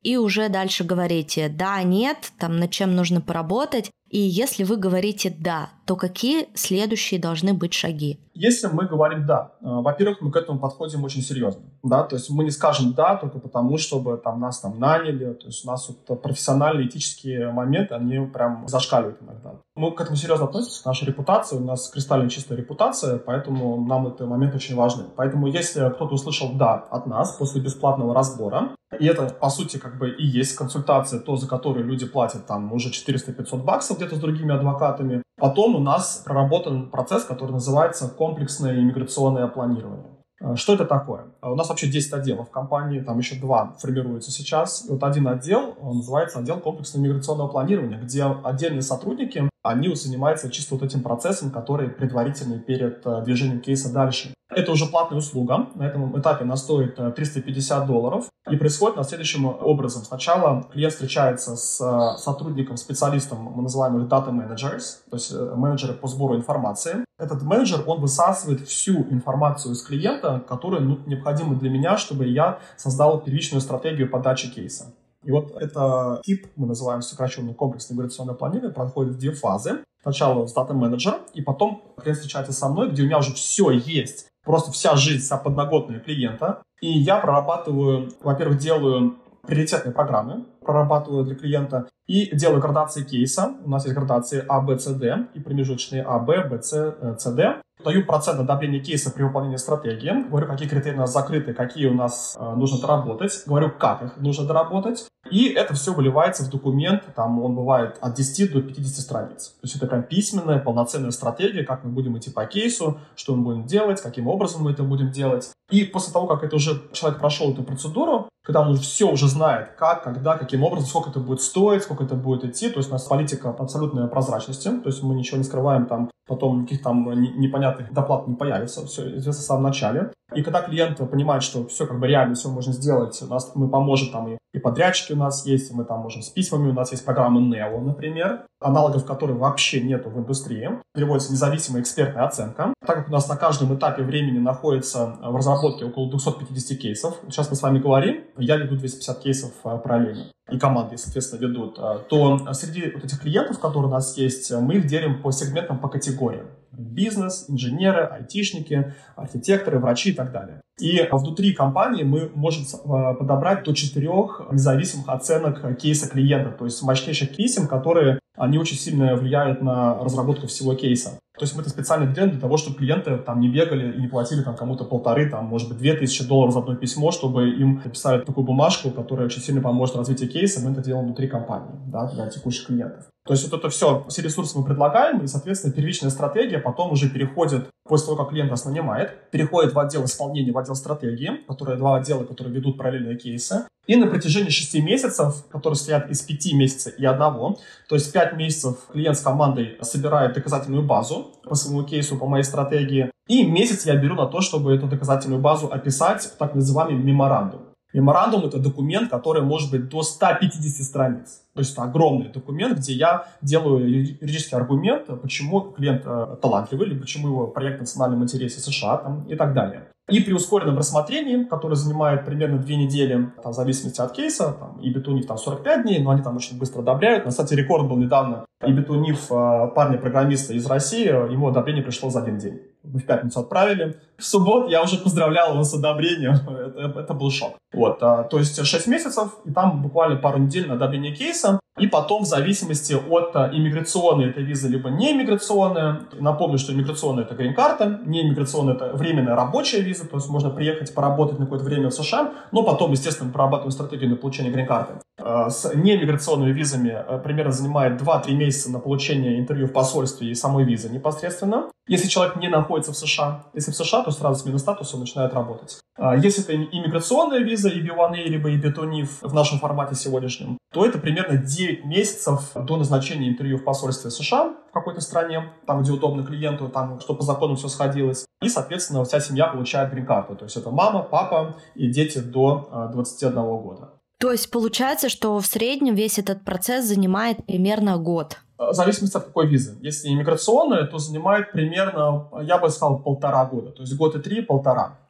и уже дальше говорите «да», «нет», там, над чем нужно поработать. И если вы говорите «да», то какие следующие должны быть шаги? Если мы говорим «да», во-первых, мы к этому подходим очень серьезно. Да? То есть мы не скажем «да» только потому, чтобы нас наняли. То есть у нас вот профессиональные, этические моменты, они прям зашкаливают иногда. Мы к этому серьезно относимся, наша репутация, у нас кристально чистая репутация, поэтому нам этот момент очень важен. Поэтому если кто-то услышал «да» от нас после бесплатного разбора, и это, по сути, и есть консультация, то, за которую люди платят там уже 400-500 баксов где-то с другими адвокатами. Потом у нас проработан процесс, который называется комплексное иммиграционное планирование. Что это такое? У нас вообще 10 отделов в компании, там еще 2 формируются сейчас. И вот один отдел, он называется отдел комплексного иммиграционного планирования, где отдельные сотрудники, они занимаются чисто вот этим процессом, который предварительный перед движением кейса дальше. Это уже платная услуга. На этом этапе она стоит $350. И происходит следующим образом. Сначала клиент встречается с сотрудником, специалистом, мы называем их data managers, то есть менеджеры по сбору информации. Этот менеджер, он высасывает всю информацию из клиента, которая необходима для меня, чтобы я создал первичную стратегию подачи кейса. И вот это тип, мы называем сокращенно комплексное иммиграционное планирование, проходит в 2 фазы. Сначала с дата-менеджером, и потом клиент встречается со мной, где у меня уже все есть. Просто вся жизнь, вся подноготная клиента. И я прорабатываю, во-первых, делаю приоритетные программы, прорабатываю для клиента и делаю градации кейса. У нас есть градации А, Б, С, Д и промежуточные А, Б, Б, С, С, Д. Даю процент одобрения кейса при выполнении стратегии. Говорю, какие критерии у нас закрыты, какие у нас нужно доработать. Говорю, как их нужно доработать. И это все выливается в документ. Там он бывает от 10 до 50 страниц. То есть это прям письменная, полноценная стратегия, как мы будем идти по кейсу, что мы будем делать, каким образом мы это будем делать. И после того, как это уже человек прошел эту процедуру, когда он все уже знает, как, когда, каким образом, сколько это будет стоить, сколько это будет идти. То есть у нас политика абсолютной прозрачности. То есть мы ничего не скрываем, там потом никаких там непонятных доплат не появится. Все известно в самом начале. И когда клиент понимает, что все реально все можно сделать, мы поможем там и подрядчики у нас есть, мы там можем с письмами, у нас есть программа NEO, например, аналогов которой вообще нету в индустрии. Переводится независимая экспертная оценка. Так как у нас на каждом этапе времени находится в разработке около 250 кейсов, сейчас мы с вами говорим, я веду 250 кейсов параллельно, и команды, соответственно, ведут, то среди вот этих клиентов, которые у нас есть, мы их делим по сегментам, по категориям. Бизнес, инженеры, айтишники, архитекторы, врачи и так далее. И внутри компании мы можем подобрать до 4 независимых оценок кейса клиента, то есть мощнейших писем, которые они очень сильно влияют на разработку всего кейса. То есть мы это специально делаем для того, чтобы клиенты там не бегали и не платили там кому-то $1,500, может быть, $2,000 за одно письмо, чтобы им написали такую бумажку, которая очень сильно поможет развитию кейса. Мы это делаем внутри компании, да, для текущих клиентов. То есть вот это все ресурсы мы предлагаем, и, соответственно, первичная стратегия потом уже переходит, после того, как клиент нас нанимает, переходит в отдел исполнения, в отдел стратегии, которые 2 отдела, которые ведут параллельные кейсы. И на протяжении 6 месяцев, которые состоят из 5 месяцев и 1, то есть 5 месяцев клиент с командой собирает доказательную базу по своему кейсу, по моей стратегии, и месяц я беру на то, чтобы эту доказательную базу описать в так называемый меморандум. Меморандум — это документ, который может быть до 150 страниц. То есть это огромный документ, где я делаю юридический аргумент, почему клиент талантливый, или почему его проект в национальном интересе США там, и так далее. И при ускоренном рассмотрении, которое занимает примерно 2 недели, там, в зависимости от кейса, там, ИБИТ у них там 45 дней, но они там очень быстро одобряют. На, кстати, рекорд был недавно. ИБИТ у них парня-программиста из России, ему одобрение пришло за 1 день. Мы в пятницу отправили. В субботу я уже поздравлял его с одобрением. Это был шок. Вот, то есть 6 месяцев, и там буквально пару недель на одобрение кейса. И потом, в зависимости от иммиграционной это виза, либо не иммиграционная. Напомню, что иммиграционная — это грин-карта, не иммиграционная — это временная рабочая виза, то есть можно приехать поработать на какое-то время в США, но потом, естественно, прорабатываем стратегию на получение грин-карты. С неиммиграционными визами примерно занимает 2-3 месяца на получение интервью в посольстве и самой визы непосредственно. Если человек не находится в США, если в США, то сразу с статуса он начинает работать. Если это иммиграционная виза, EB-1A, либо EB-2NIF в нашем формате сегодняшнем, то это примерно 9 месяцев до назначения интервью в посольстве США в какой-то стране, там, где удобно клиенту, там, чтобы по закону все сходилось. И, соответственно, вся семья получает грин-карту. То есть это мама, папа и дети до 21 года. То есть получается, что в среднем весь этот процесс занимает примерно год? В зависимости от какой визы. Если иммиграционная, то занимает примерно, я бы сказал, 1,5 года. То есть год и 3, 1,5.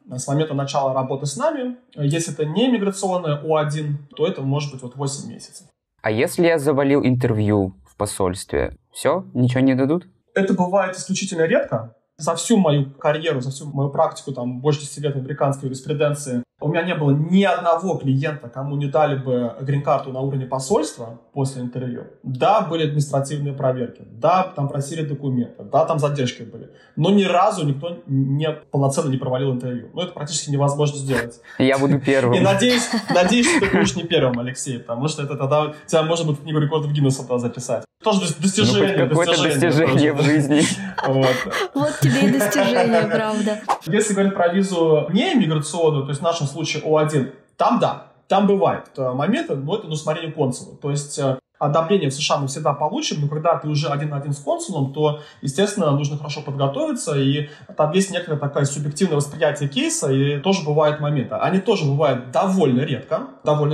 с момента начала работы с нами. Если это не миграционное О1, то это может быть 8 месяцев. А если я завалил интервью в посольстве, все, ничего не дадут? Это бывает исключительно редко. За всю мою карьеру, за всю мою практику, больше 10 лет в американской юриспруденции, у меня не было ни одного клиента, кому не дали бы грин-карту на уровне посольства после интервью. Да, были административные проверки, да, там просили документы, да, там задержки были, но ни разу никто полноценно не провалил интервью. Это практически невозможно сделать. Я буду первым. И надеюсь, что ты будешь не первым, Алексей, потому что это тогда тебя, может быть, в книгу рекордов Гиннесса записать. Тоже достижение. Какое-то достижение в жизни. Вот тебе и достижение, правда. Если говорить про визу не иммиграционную, то есть в нашем случае О1, там бывают моменты, но это на усмотрение консула. То есть одобрение в США мы всегда получим, но когда ты уже один на один с консулом, то, естественно, нужно хорошо подготовиться, и там есть некоторое такое субъективное восприятие кейса, и тоже бывают моменты. Они тоже бывают довольно редко,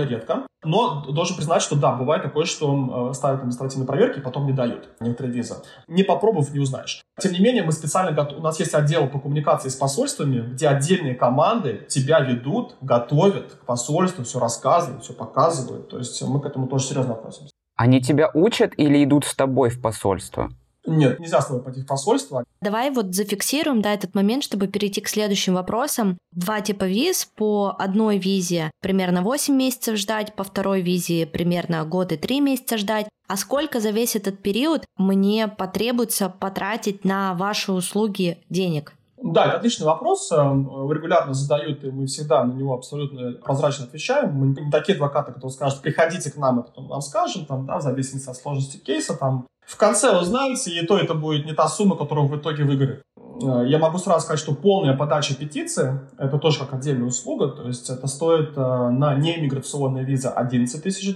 но должен признать, что да, бывает такое, что ставят административные проверки и потом не дают некоторые визы. Не попробовав, не узнаешь. Тем не менее, мы специально у нас есть отдел по коммуникации с посольствами, где отдельные команды тебя ведут, готовят к посольству, все рассказывают, все показывают. То есть мы к этому тоже серьезно относимся. Они тебя учат или идут с тобой в посольство? Нет, нельзя с тобой пойти в посольство. Давай зафиксируем, этот момент, чтобы перейти к следующим вопросам. 2 типа виз. По одной визе примерно 8 месяцев ждать, по второй визе примерно год и 3 месяца ждать. А сколько за весь этот период мне потребуется потратить на ваши услуги денег? Да, это отличный вопрос. Регулярно задают, и мы всегда на него абсолютно прозрачно отвечаем. Мы не такие адвокаты, которые скажут, приходите к нам, и потом вам скажем, в зависимости от сложности кейса. В конце узнаете, и то это будет не та сумма, которую в итоге выиграет. Я могу сразу сказать, что полная подача петиции, это тоже как отдельная услуга, то есть это стоит на неиммиграционные визы $11 тысяч,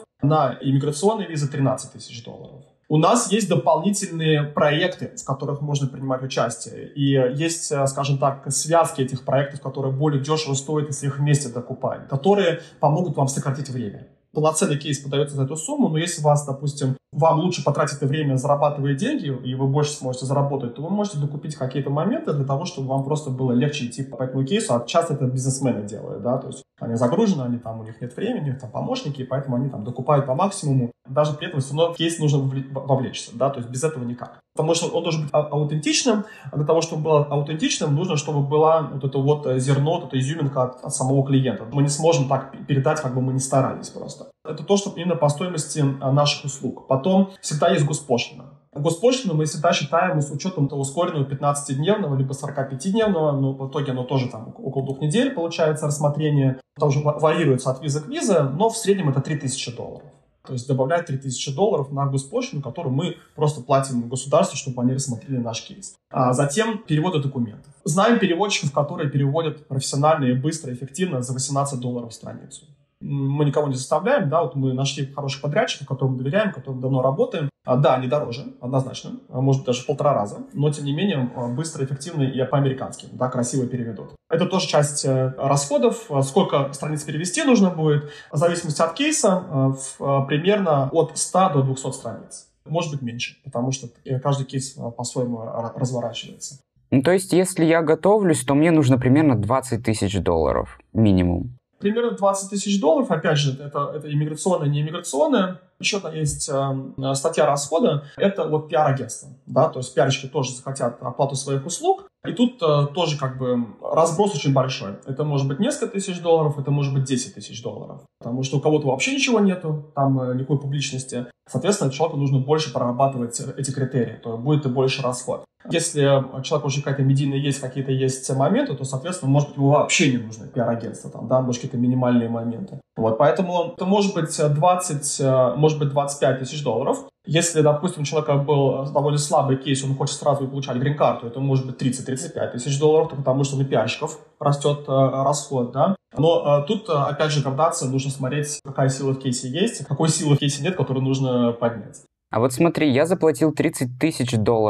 на иммиграционные визы $13 тысяч. У нас есть дополнительные проекты, в которых можно принимать участие. И есть, скажем так, связки этих проектов, которые более дешево стоят, если их вместе докупать, которые помогут вам сократить время. Полноценный кейс подается за эту сумму, но если вам лучше потратить это время, зарабатывая деньги, и вы больше сможете заработать, то вы можете докупить какие-то моменты для того, чтобы вам просто было легче идти по этому кейсу. А часто это бизнесмены делают, то есть они загружены, у них нет времени, у них помощники, и поэтому они докупают по максимуму. Даже при этом все равно в кейс нужно вовлечься, то есть без этого никак. Потому что он должен быть аутентичным, а для того, чтобы был аутентичным, нужно, чтобы была это зерно, эта изюминка от самого клиента. Мы не сможем так передать, как бы мы ни старались просто. Это то, что именно по стоимости наших услуг. Потом всегда есть госпошлина. Госпошлину мы всегда считаем с учетом ускоренного 15-дневного либо 45-дневного, но в итоге оно тоже около 2 недель получается рассмотрение. Это уже варьируется от визы к визе, но в среднем это $3000. То есть добавлять $3000 на госпошлину, которую мы просто платим государству, чтобы они рассмотрели наш кейс. А затем переводы документов. Знаем переводчиков, которые переводят профессионально и быстро, эффективно за $18 в страницу. Мы никого не заставляем, мы нашли хороших подрядчиков, которым мы доверяем, которым давно работаем. Да, они дороже, однозначно, может быть даже в 1,5 раза, но тем не менее быстро, эффективно и по-американски, красиво переведут. Это тоже часть расходов, сколько страниц перевести нужно будет, в зависимости от кейса, примерно от 100 до 200 страниц. Может быть меньше, потому что каждый кейс по-своему разворачивается. То есть, если я готовлюсь, то мне нужно примерно $20 тысяч минимум. Примерно $20 тысяч, опять же, это иммиграционное, не иммиграционное. Еще есть статья расхода, это пиар-агентство, то есть пиарщики тоже захотят оплату своих услуг, и тут тоже разброс очень большой. Это может быть несколько тысяч $, это может быть $10 тысяч, потому что у кого-то вообще ничего нету, там никакой публичности. Соответственно, человеку нужно больше прорабатывать эти критерии, то будет и больше расход. Если человек уже какая-то медийная есть, какие-то есть моменты, то, соответственно, может быть, ему вообще не нужно пиар-агентство, может, какие-то минимальные моменты. Поэтому это может быть 20, может быть, $25 тысяч. Если, допустим, у человека был довольно слабый кейс, он хочет сразу получать грин-карту, это может быть 30-35 тысяч $, потому что на пиарщиков растет расход, Но тут, опять же, градация, нужно смотреть, какая сила в кейсе есть, какой силы в кейсе нет, которую нужно поднять. А смотри, я заплатил $30 тысяч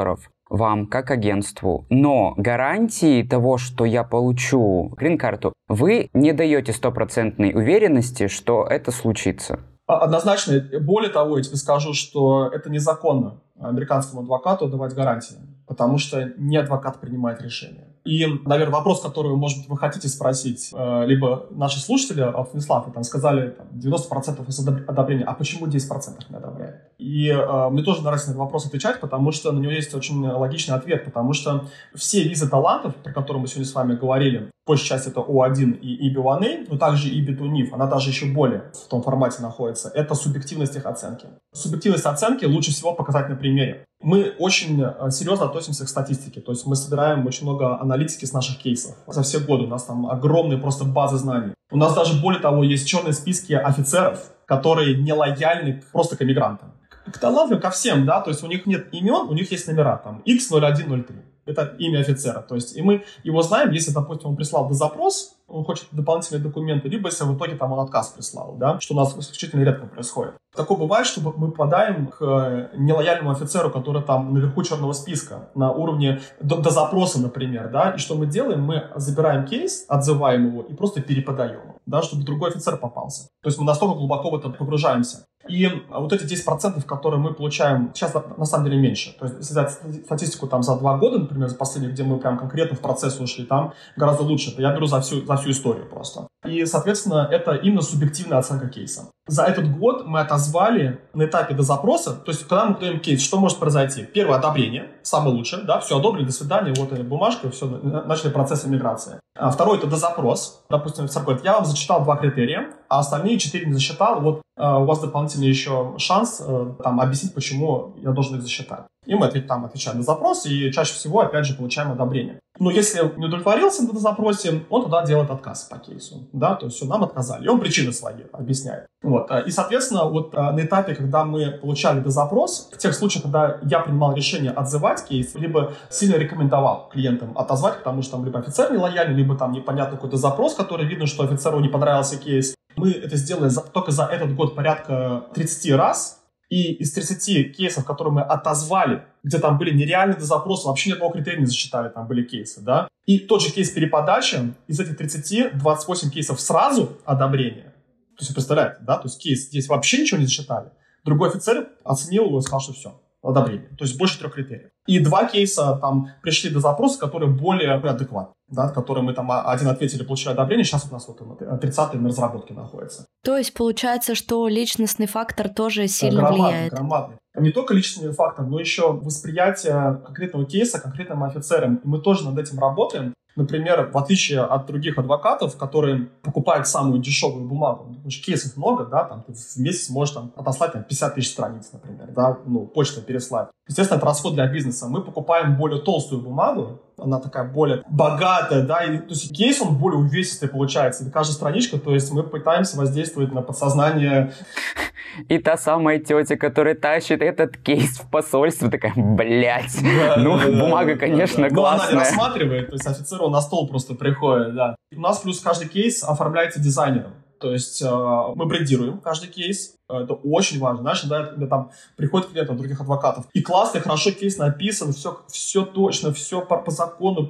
вам, как агентству, но гарантии того, что я получу грин-карту, вы не даете 100% уверенности, что это случится. Однозначно. Более того, я тебе скажу, что это незаконно американскому адвокату давать гарантии, потому что не адвокат принимает решение. И, наверное, вопрос, который, может быть, вы хотите спросить, либо наши слушатели, Станислав, там сказали, там, 90% одобрения, а почему 10% не одобряет? И мне тоже нравится на этот вопрос отвечать, потому что на него есть очень логичный ответ, потому что все визы талантов, про которые мы сегодня с вами говорили, большая часть это O1 и EB1A, но также и EB2NIF, она даже еще более в том формате находится, это субъективность их оценки. Субъективность оценки лучше всего показать на примере. Мы очень серьезно относимся к статистике, то есть мы собираем очень много аналитики с наших кейсов. За все годы у нас там огромные просто базы знаний. У нас даже, более того, есть черные списки офицеров, которые не лояльны просто к эмигрантам. К талантам, ко всем, да, то есть у них нет имен, у них есть номера, там, X0103. Это имя офицера. То есть, и мы его знаем, если, допустим, он прислал запрос, он хочет дополнительные документы, либо если в итоге там он отказ прислал, да, что у нас исключительно редко происходит. Такое бывает, что мы попадаем к нелояльному офицеру, который там наверху черного списка, на уровне до запроса, например, да, и что мы делаем? Мы забираем кейс, отзываем его и просто переподаем, да, чтобы другой офицер попался. То есть мы настолько глубоко в это погружаемся. И вот эти 10%, которые мы получаем, сейчас на самом деле меньше. То есть, если взять статистику там за 2 года, например, за последние, где мы прям конкретно в процесс ушли, там гораздо лучше. Я беру за всю историю просто. И, соответственно, это именно субъективная оценка кейса. За этот год мы отозвали на этапе до запроса, то есть, когда мы подаем кейс, что может произойти? Первое — одобрение, самое лучшее, да, все одобрили, до свидания, вот бумажка, все, начали процесс иммиграции. Второе — это дозапрос. Допустим, офицер говорит, я вам зачитал 2 критерия, а остальные 4 не засчитал, вот у вас дополнительный еще шанс там объяснить, почему я должен их засчитать. И мы отвечаем на запрос, и чаще всего, опять же, получаем одобрение. Но если не удовлетворился на запросе, он тогда делает отказ по кейсу, да, то есть все, нам отказали, и он причины свои объясняет. Вот. И, соответственно, вот на этапе, когда мы получали дозапрос, в тех случаях, когда я принимал решение отзывать кейс, либо сильно рекомендовал клиентам отозвать, потому что там либо офицер нелояльный, либо там непонятный какой-то запрос, который видно, что офицеру не понравился кейс. Мы это сделали только за этот год порядка 30 раз. И из 30 кейсов, которые мы отозвали, где там были нереальные запросы, вообще ни одного критерия не засчитали, там были кейсы, да. И тот же кейс переподачи, из этих 30, 28 кейсов сразу одобрения. То есть, вы представляете, да, то есть кейс здесь вообще ничего не засчитали. Другой офицер оценил его и сказал, что все, одобрение. То есть больше 3 критериев. И 2 кейса там пришли до запроса, которые более адекватны, да, которые мы там один ответили, получили одобрение, сейчас у нас вот 30-й на разработке находится. То есть получается, что личностный фактор тоже сильно влияет? Громадный. Не только личностный фактор, но еще восприятие конкретного кейса конкретным офицером. И мы тоже над этим работаем. Например, в отличие от других адвокатов, которые покупают самую дешевую бумагу, потому что кейсов много, да, там ты в месяц можешь там отослать 50 тысяч страниц, например, да, почтой переслать. Естественно, это расход для бизнеса. Мы покупаем более толстую бумагу, она такая более богатая, да, и, то есть кейс, он более увесистый получается. И каждая страничка, то есть мы пытаемся воздействовать на подсознание. И та самая тетя, которая тащит этот кейс в посольство, такая, блядь, бумага, конечно, классная. Но она не рассматривает, то есть офицеру на стол просто приходит, да. У нас плюс каждый кейс оформляется дизайнером. То есть мы брендируем каждый кейс, это очень важно. Знаешь, да, там приходит клиент от других адвокатов, и классно, хорошо кейс написан, все точно, все по закону,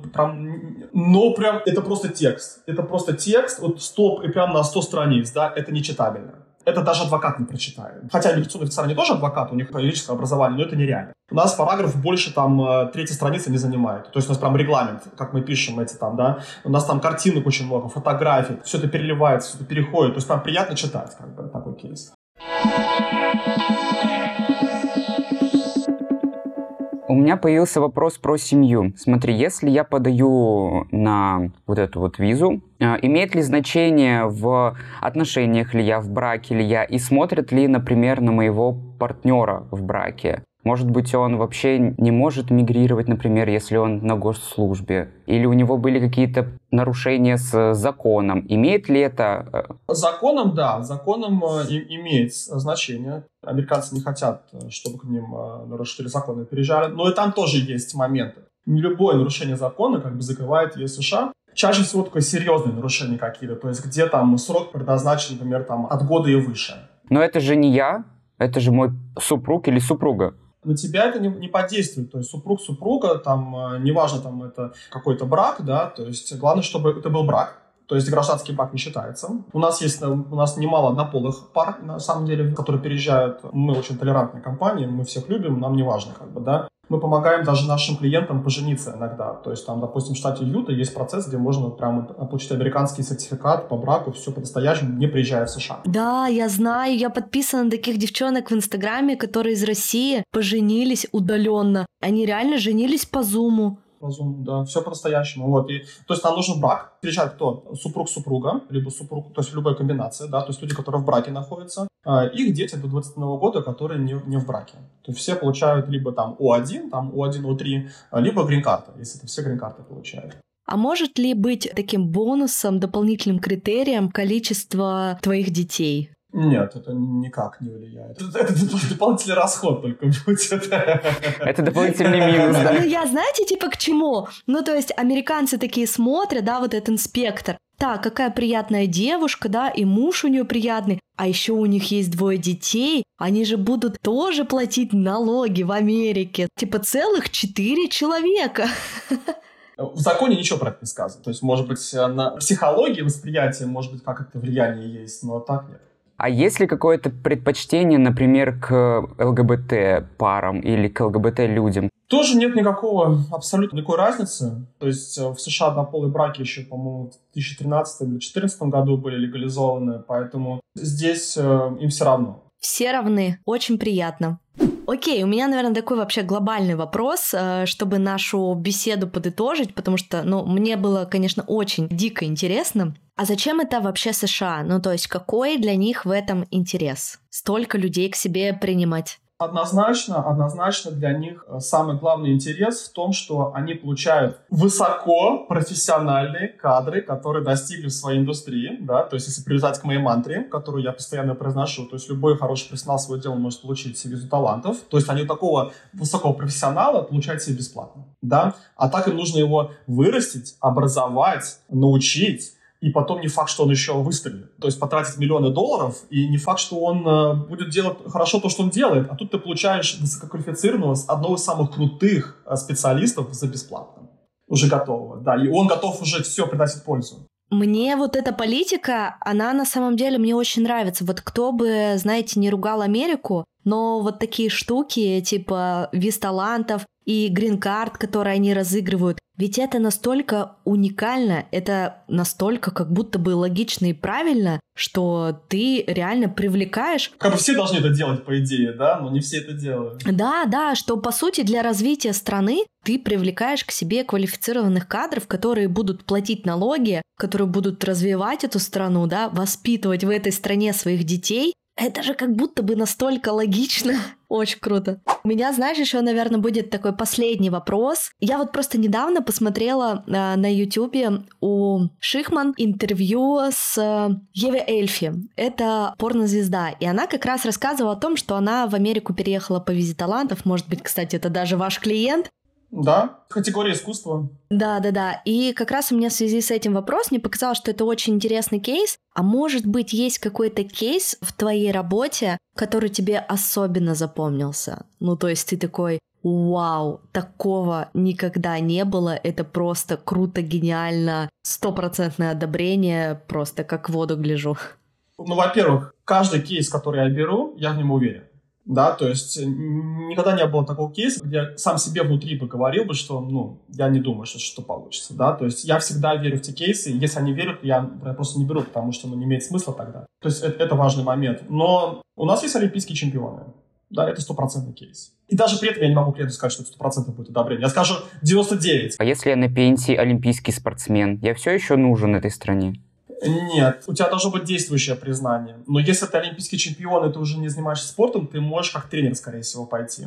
но прям это просто текст. Это просто текст, вот стоп, и прям на 100 страниц, да, это нечитабельно. Это даже адвокат не прочитает. Хотя миграционные офицеры, они тоже адвокаты, у них юридическое образование, но это нереально. У нас параграф больше там 3-й страницы не занимает. То есть у нас прям регламент, как мы пишем эти там, да. У нас там картинок очень много, фотографий, все это переливается, все это переходит. То есть прям приятно читать, как бы, такой кейс. У меня появился вопрос про семью. Смотри, если я подаю на вот эту вот визу, имеет ли значение в отношениях ли я, в браке ли я, и смотрят ли, например, на моего партнера в браке? Может быть, он вообще не может мигрировать, например, если он на госслужбе? Или у него были какие-то нарушения с законом? Имеет ли это... Законом, да. Законом имеет значение. Американцы не хотят, чтобы к ним нарушители закона переезжали. Но и там тоже есть моменты. Не любое нарушение закона как бы закрывает ЕС США. Чаще всего такое серьезные нарушения какие-то. То есть где там срок предназначен, например, там, от года и выше. Но это же не я. Это же мой супруг или супруга. На тебя это не подействует, то есть супруга, там, неважно, там, это какой-то брак, да, то есть главное, чтобы это был брак, то есть гражданский брак не считается. У нас немало однополых пар, на самом деле, которые переезжают, мы очень толерантная компания, мы всех любим, нам не важно, как бы, да. Мы помогаем даже нашим клиентам пожениться иногда. То есть там, допустим, в штате Юта есть процесс, где можно прямо получить американский сертификат по браку, все по-настоящему, не приезжая в США. Да, я знаю, я подписана на таких девчонок в Инстаграме, которые из России поженились удаленно. Они реально женились по Зуму. По Zoom, да, все по-настоящему. Вот. То есть нам нужен брак. Приезжает кто? Супруг-супруга, либо супруг, то есть любая комбинация, да, то есть люди, которые в браке находятся, их дети до 21 года, которые не в браке. То есть все получают либо там О1, там О1, О3, либо грин-карта, если это все грин-карты получают. А может ли быть таким бонусом, дополнительным критерием количество твоих детей? Нет, это никак не влияет. Это дополнительный расход только будет. Это дополнительный минус, да? Ну, я, знаете, типа к чему? Ну, то есть американцы такие смотрят, да, вот этот инспектор. Так, какая приятная девушка, да, и муж у нее приятный. А еще у них есть 2 детей. Они же будут тоже платить налоги в Америке. Типа целых 4 человека. В законе ничего про это не сказано. То есть, может быть, на психологии восприятия, может быть, как это влияние есть, но так нет. А есть ли какое-то предпочтение, например, к ЛГБТ-парам или к ЛГБТ-людям? Тоже нет абсолютно никакой разницы. То есть в США однополые браки еще, по-моему, в 2013 или 2014 году были легализованы, поэтому здесь им все равно. Все равны. Очень приятно. Окей, у меня, наверное, такой вообще глобальный вопрос, чтобы нашу беседу подытожить, потому что, мне было, конечно, очень дико интересно. А зачем это вообще США? Ну, то есть, какой для них в этом интерес? Столько людей к себе принимать. Однозначно для них самый главный интерес в том, что они получают высокопрофессиональные кадры, которые достигли в своей индустрии, да, то есть если привязать к моей мантре, которую я постоянно произношу, то есть любой хороший профессионал свое дело может получить себе визу талантов, то есть они у такого высокого профессионала получают себе бесплатно, да, а так им нужно его вырастить, образовать, научить, и потом не факт, что он еще выстрелит. То есть потратить миллионы долларов, и не факт, что он будет делать хорошо то, что он делает. А тут ты получаешь высококвалифицированного, одного из самых крутых специалистов за бесплатно. Уже готового, да. И он готов уже все приносить пользу. Мне вот эта политика, она на самом деле мне очень нравится. Вот кто бы, знаете, не ругал Америку, но вот такие штуки, типа виз талантов и грин-карт, которые они разыгрывают, ведь это настолько уникально, это настолько как будто бы логично и правильно, что ты реально привлекаешь... Как бы все должны это делать, по идее, да? Но не все это делают. Да, что, по сути, для развития страны ты привлекаешь к себе квалифицированных кадров, которые будут платить налоги, которые будут развивать эту страну, да, воспитывать в этой стране своих детей. Это же как будто бы настолько логично. Очень круто. У меня, знаешь, еще, наверное, будет такой последний вопрос. Я вот просто недавно посмотрела на Ютубе у Шихман интервью с Еве Эльфи. Это порнозвезда. И она как раз рассказывала о том, что она в Америку переехала по визе талантов. Может быть, кстати, это даже ваш клиент. Да, категория искусства. Да. И как раз у меня в связи с этим вопрос, мне показалось, что это очень интересный кейс. А может быть, есть какой-то кейс в твоей работе, который тебе особенно запомнился? Ну, то есть ты такой: вау, такого никогда не было, это просто круто, гениально, 100% одобрение, просто как в воду гляжу. Ну, во-первых, каждый кейс, который я беру, я в нем уверен. Да, то есть никогда не было такого кейса, где я сам себе внутри бы говорил бы, что, я не думаю, что получится, да, то есть я всегда верю в те кейсы, и если они верят, я просто не беру, потому что, не имеет смысла тогда. То есть это важный момент. Но у нас есть олимпийские чемпионы, да, это 100% кейс. И даже при этом я не могу клиенту сказать, что это 100% будет одобрение. Я скажу 99. А если я на пенсии олимпийский спортсмен, я все еще нужен этой стране? Нет, у тебя должно быть действующее признание. Но если ты олимпийский чемпион, и ты уже не занимаешься спортом, ты можешь как тренер, скорее всего, пойти.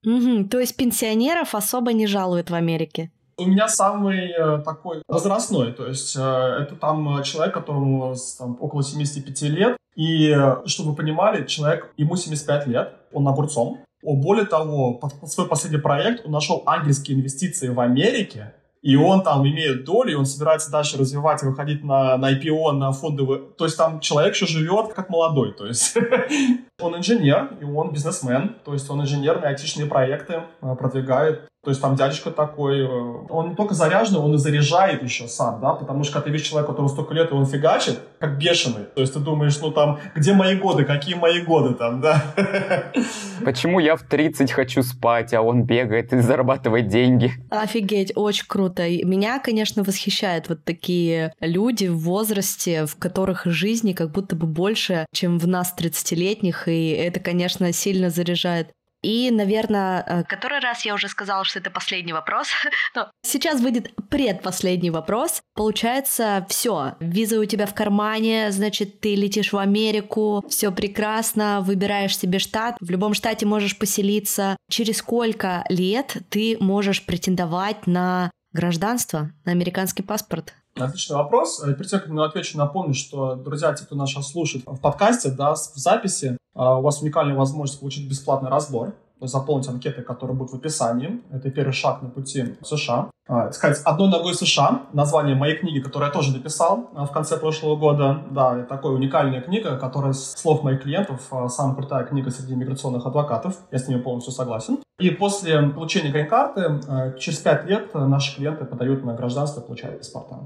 То есть пенсионеров особо не жалуют в Америке? У меня самый такой возрастной, то есть это там человек, которому около 75 лет. И, чтобы вы понимали, ему 75 лет, он огурцом. Более того, под свой последний проект он нашел ангельские инвестиции в Америке. И он там имеет долю, и он собирается дальше развивать и выходить на IPO, на фондовые. То есть там человек еще живет как молодой. То есть он инженер, и он бизнесмен. То есть он инженерные айтишные проекты продвигает. То есть там дядечка такой, он не только заряженный, он и заряжает еще сам, да, потому что когда ты видишь человека, которому столько лет, и он фигачит, как бешеный. То есть ты думаешь, ну там, где мои годы, какие мои годы там, да. Почему я в 30 хочу спать, а он бегает и зарабатывает деньги? Офигеть, очень круто. И меня, конечно, восхищают вот такие люди в возрасте, в которых жизни как будто бы больше, чем в нас 30-летних, и это, конечно, сильно заряжает. И, наверное, который раз я уже сказала, что это последний вопрос, но сейчас будет предпоследний вопрос. Получается, все, виза у тебя в кармане, значит, ты летишь в Америку, все прекрасно, выбираешь себе штат, в любом штате можешь поселиться. Через сколько лет ты можешь претендовать на гражданство, на американский паспорт? Отличный вопрос. Перед тем, как я отвечу, напомню, что, друзья, те, кто нас сейчас слушает в подкасте, да, в записи, у вас уникальная возможность получить бесплатный разбор. То есть заполнить анкеты, которые будут в описании. Это первый шаг на пути в США. Сказать «Одной ногой в США» — название моей книги, которую я тоже написал в конце прошлого года. Да, это такая уникальная книга, которая, с слов моих клиентов, самая крутая книга среди миграционных адвокатов. Я с ними полностью согласен. И после получения грин-карты, через 5 лет наши клиенты подают на гражданство и получают паспорта.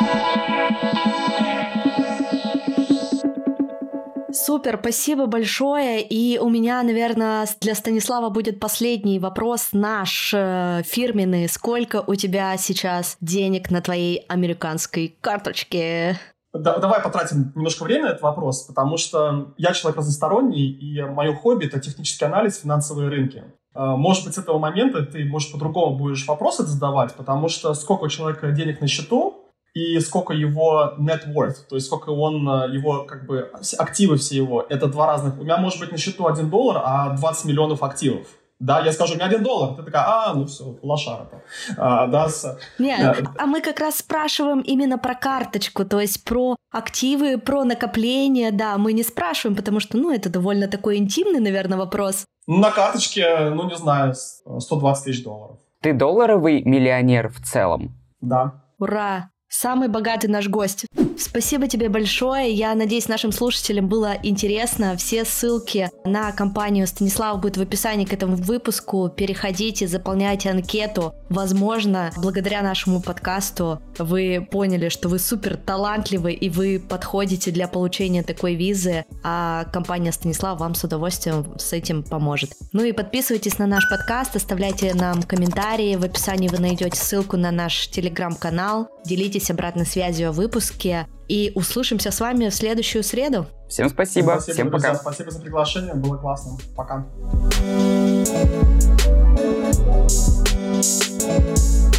Супер, спасибо большое. И у меня, наверное, для Станислава будет последний вопрос наш фирменный. Сколько у тебя сейчас денег на твоей американской карточке? Давай потратим немножко времени на этот вопрос, потому что я человек разносторонний, и мое хобби — это технический анализ, финансовые рынки. Может быть, с этого момента ты, может, по-другому будешь вопросы задавать, потому что сколько у человека денег на счету, и сколько его net worth, то есть сколько он, его, как бы, активы все его, это два разных. У меня может быть на счету $1, а 20 миллионов активов. Да, я скажу, у меня $1. Ты такая, ну все, лошара-то. Нет, а мы как раз спрашиваем именно про карточку, то есть про активы, про накопление, да, мы не спрашиваем, потому что, это довольно такой интимный, наверное, вопрос. На карточке, не знаю, $120 тысяч. Ты долларовый миллионер в целом? Да. Ура! Самый богатый наш гость. Спасибо тебе большое. Я надеюсь, нашим слушателям было интересно. Все ссылки на компанию Станислава будут в описании к этому выпуску. Переходите, заполняйте анкету. Возможно, благодаря нашему подкасту вы поняли, что вы супер талантливы и вы подходите для получения такой визы, а компания Станислава вам с удовольствием с этим поможет. И подписывайтесь на наш подкаст, оставляйте нам комментарии. В описании вы найдете ссылку на наш телеграм-канал. Делитесь обратной связью о выпуске. И услышимся с вами в следующую среду. Всем спасибо. Всем пока. Спасибо за приглашение. Было классно. Пока.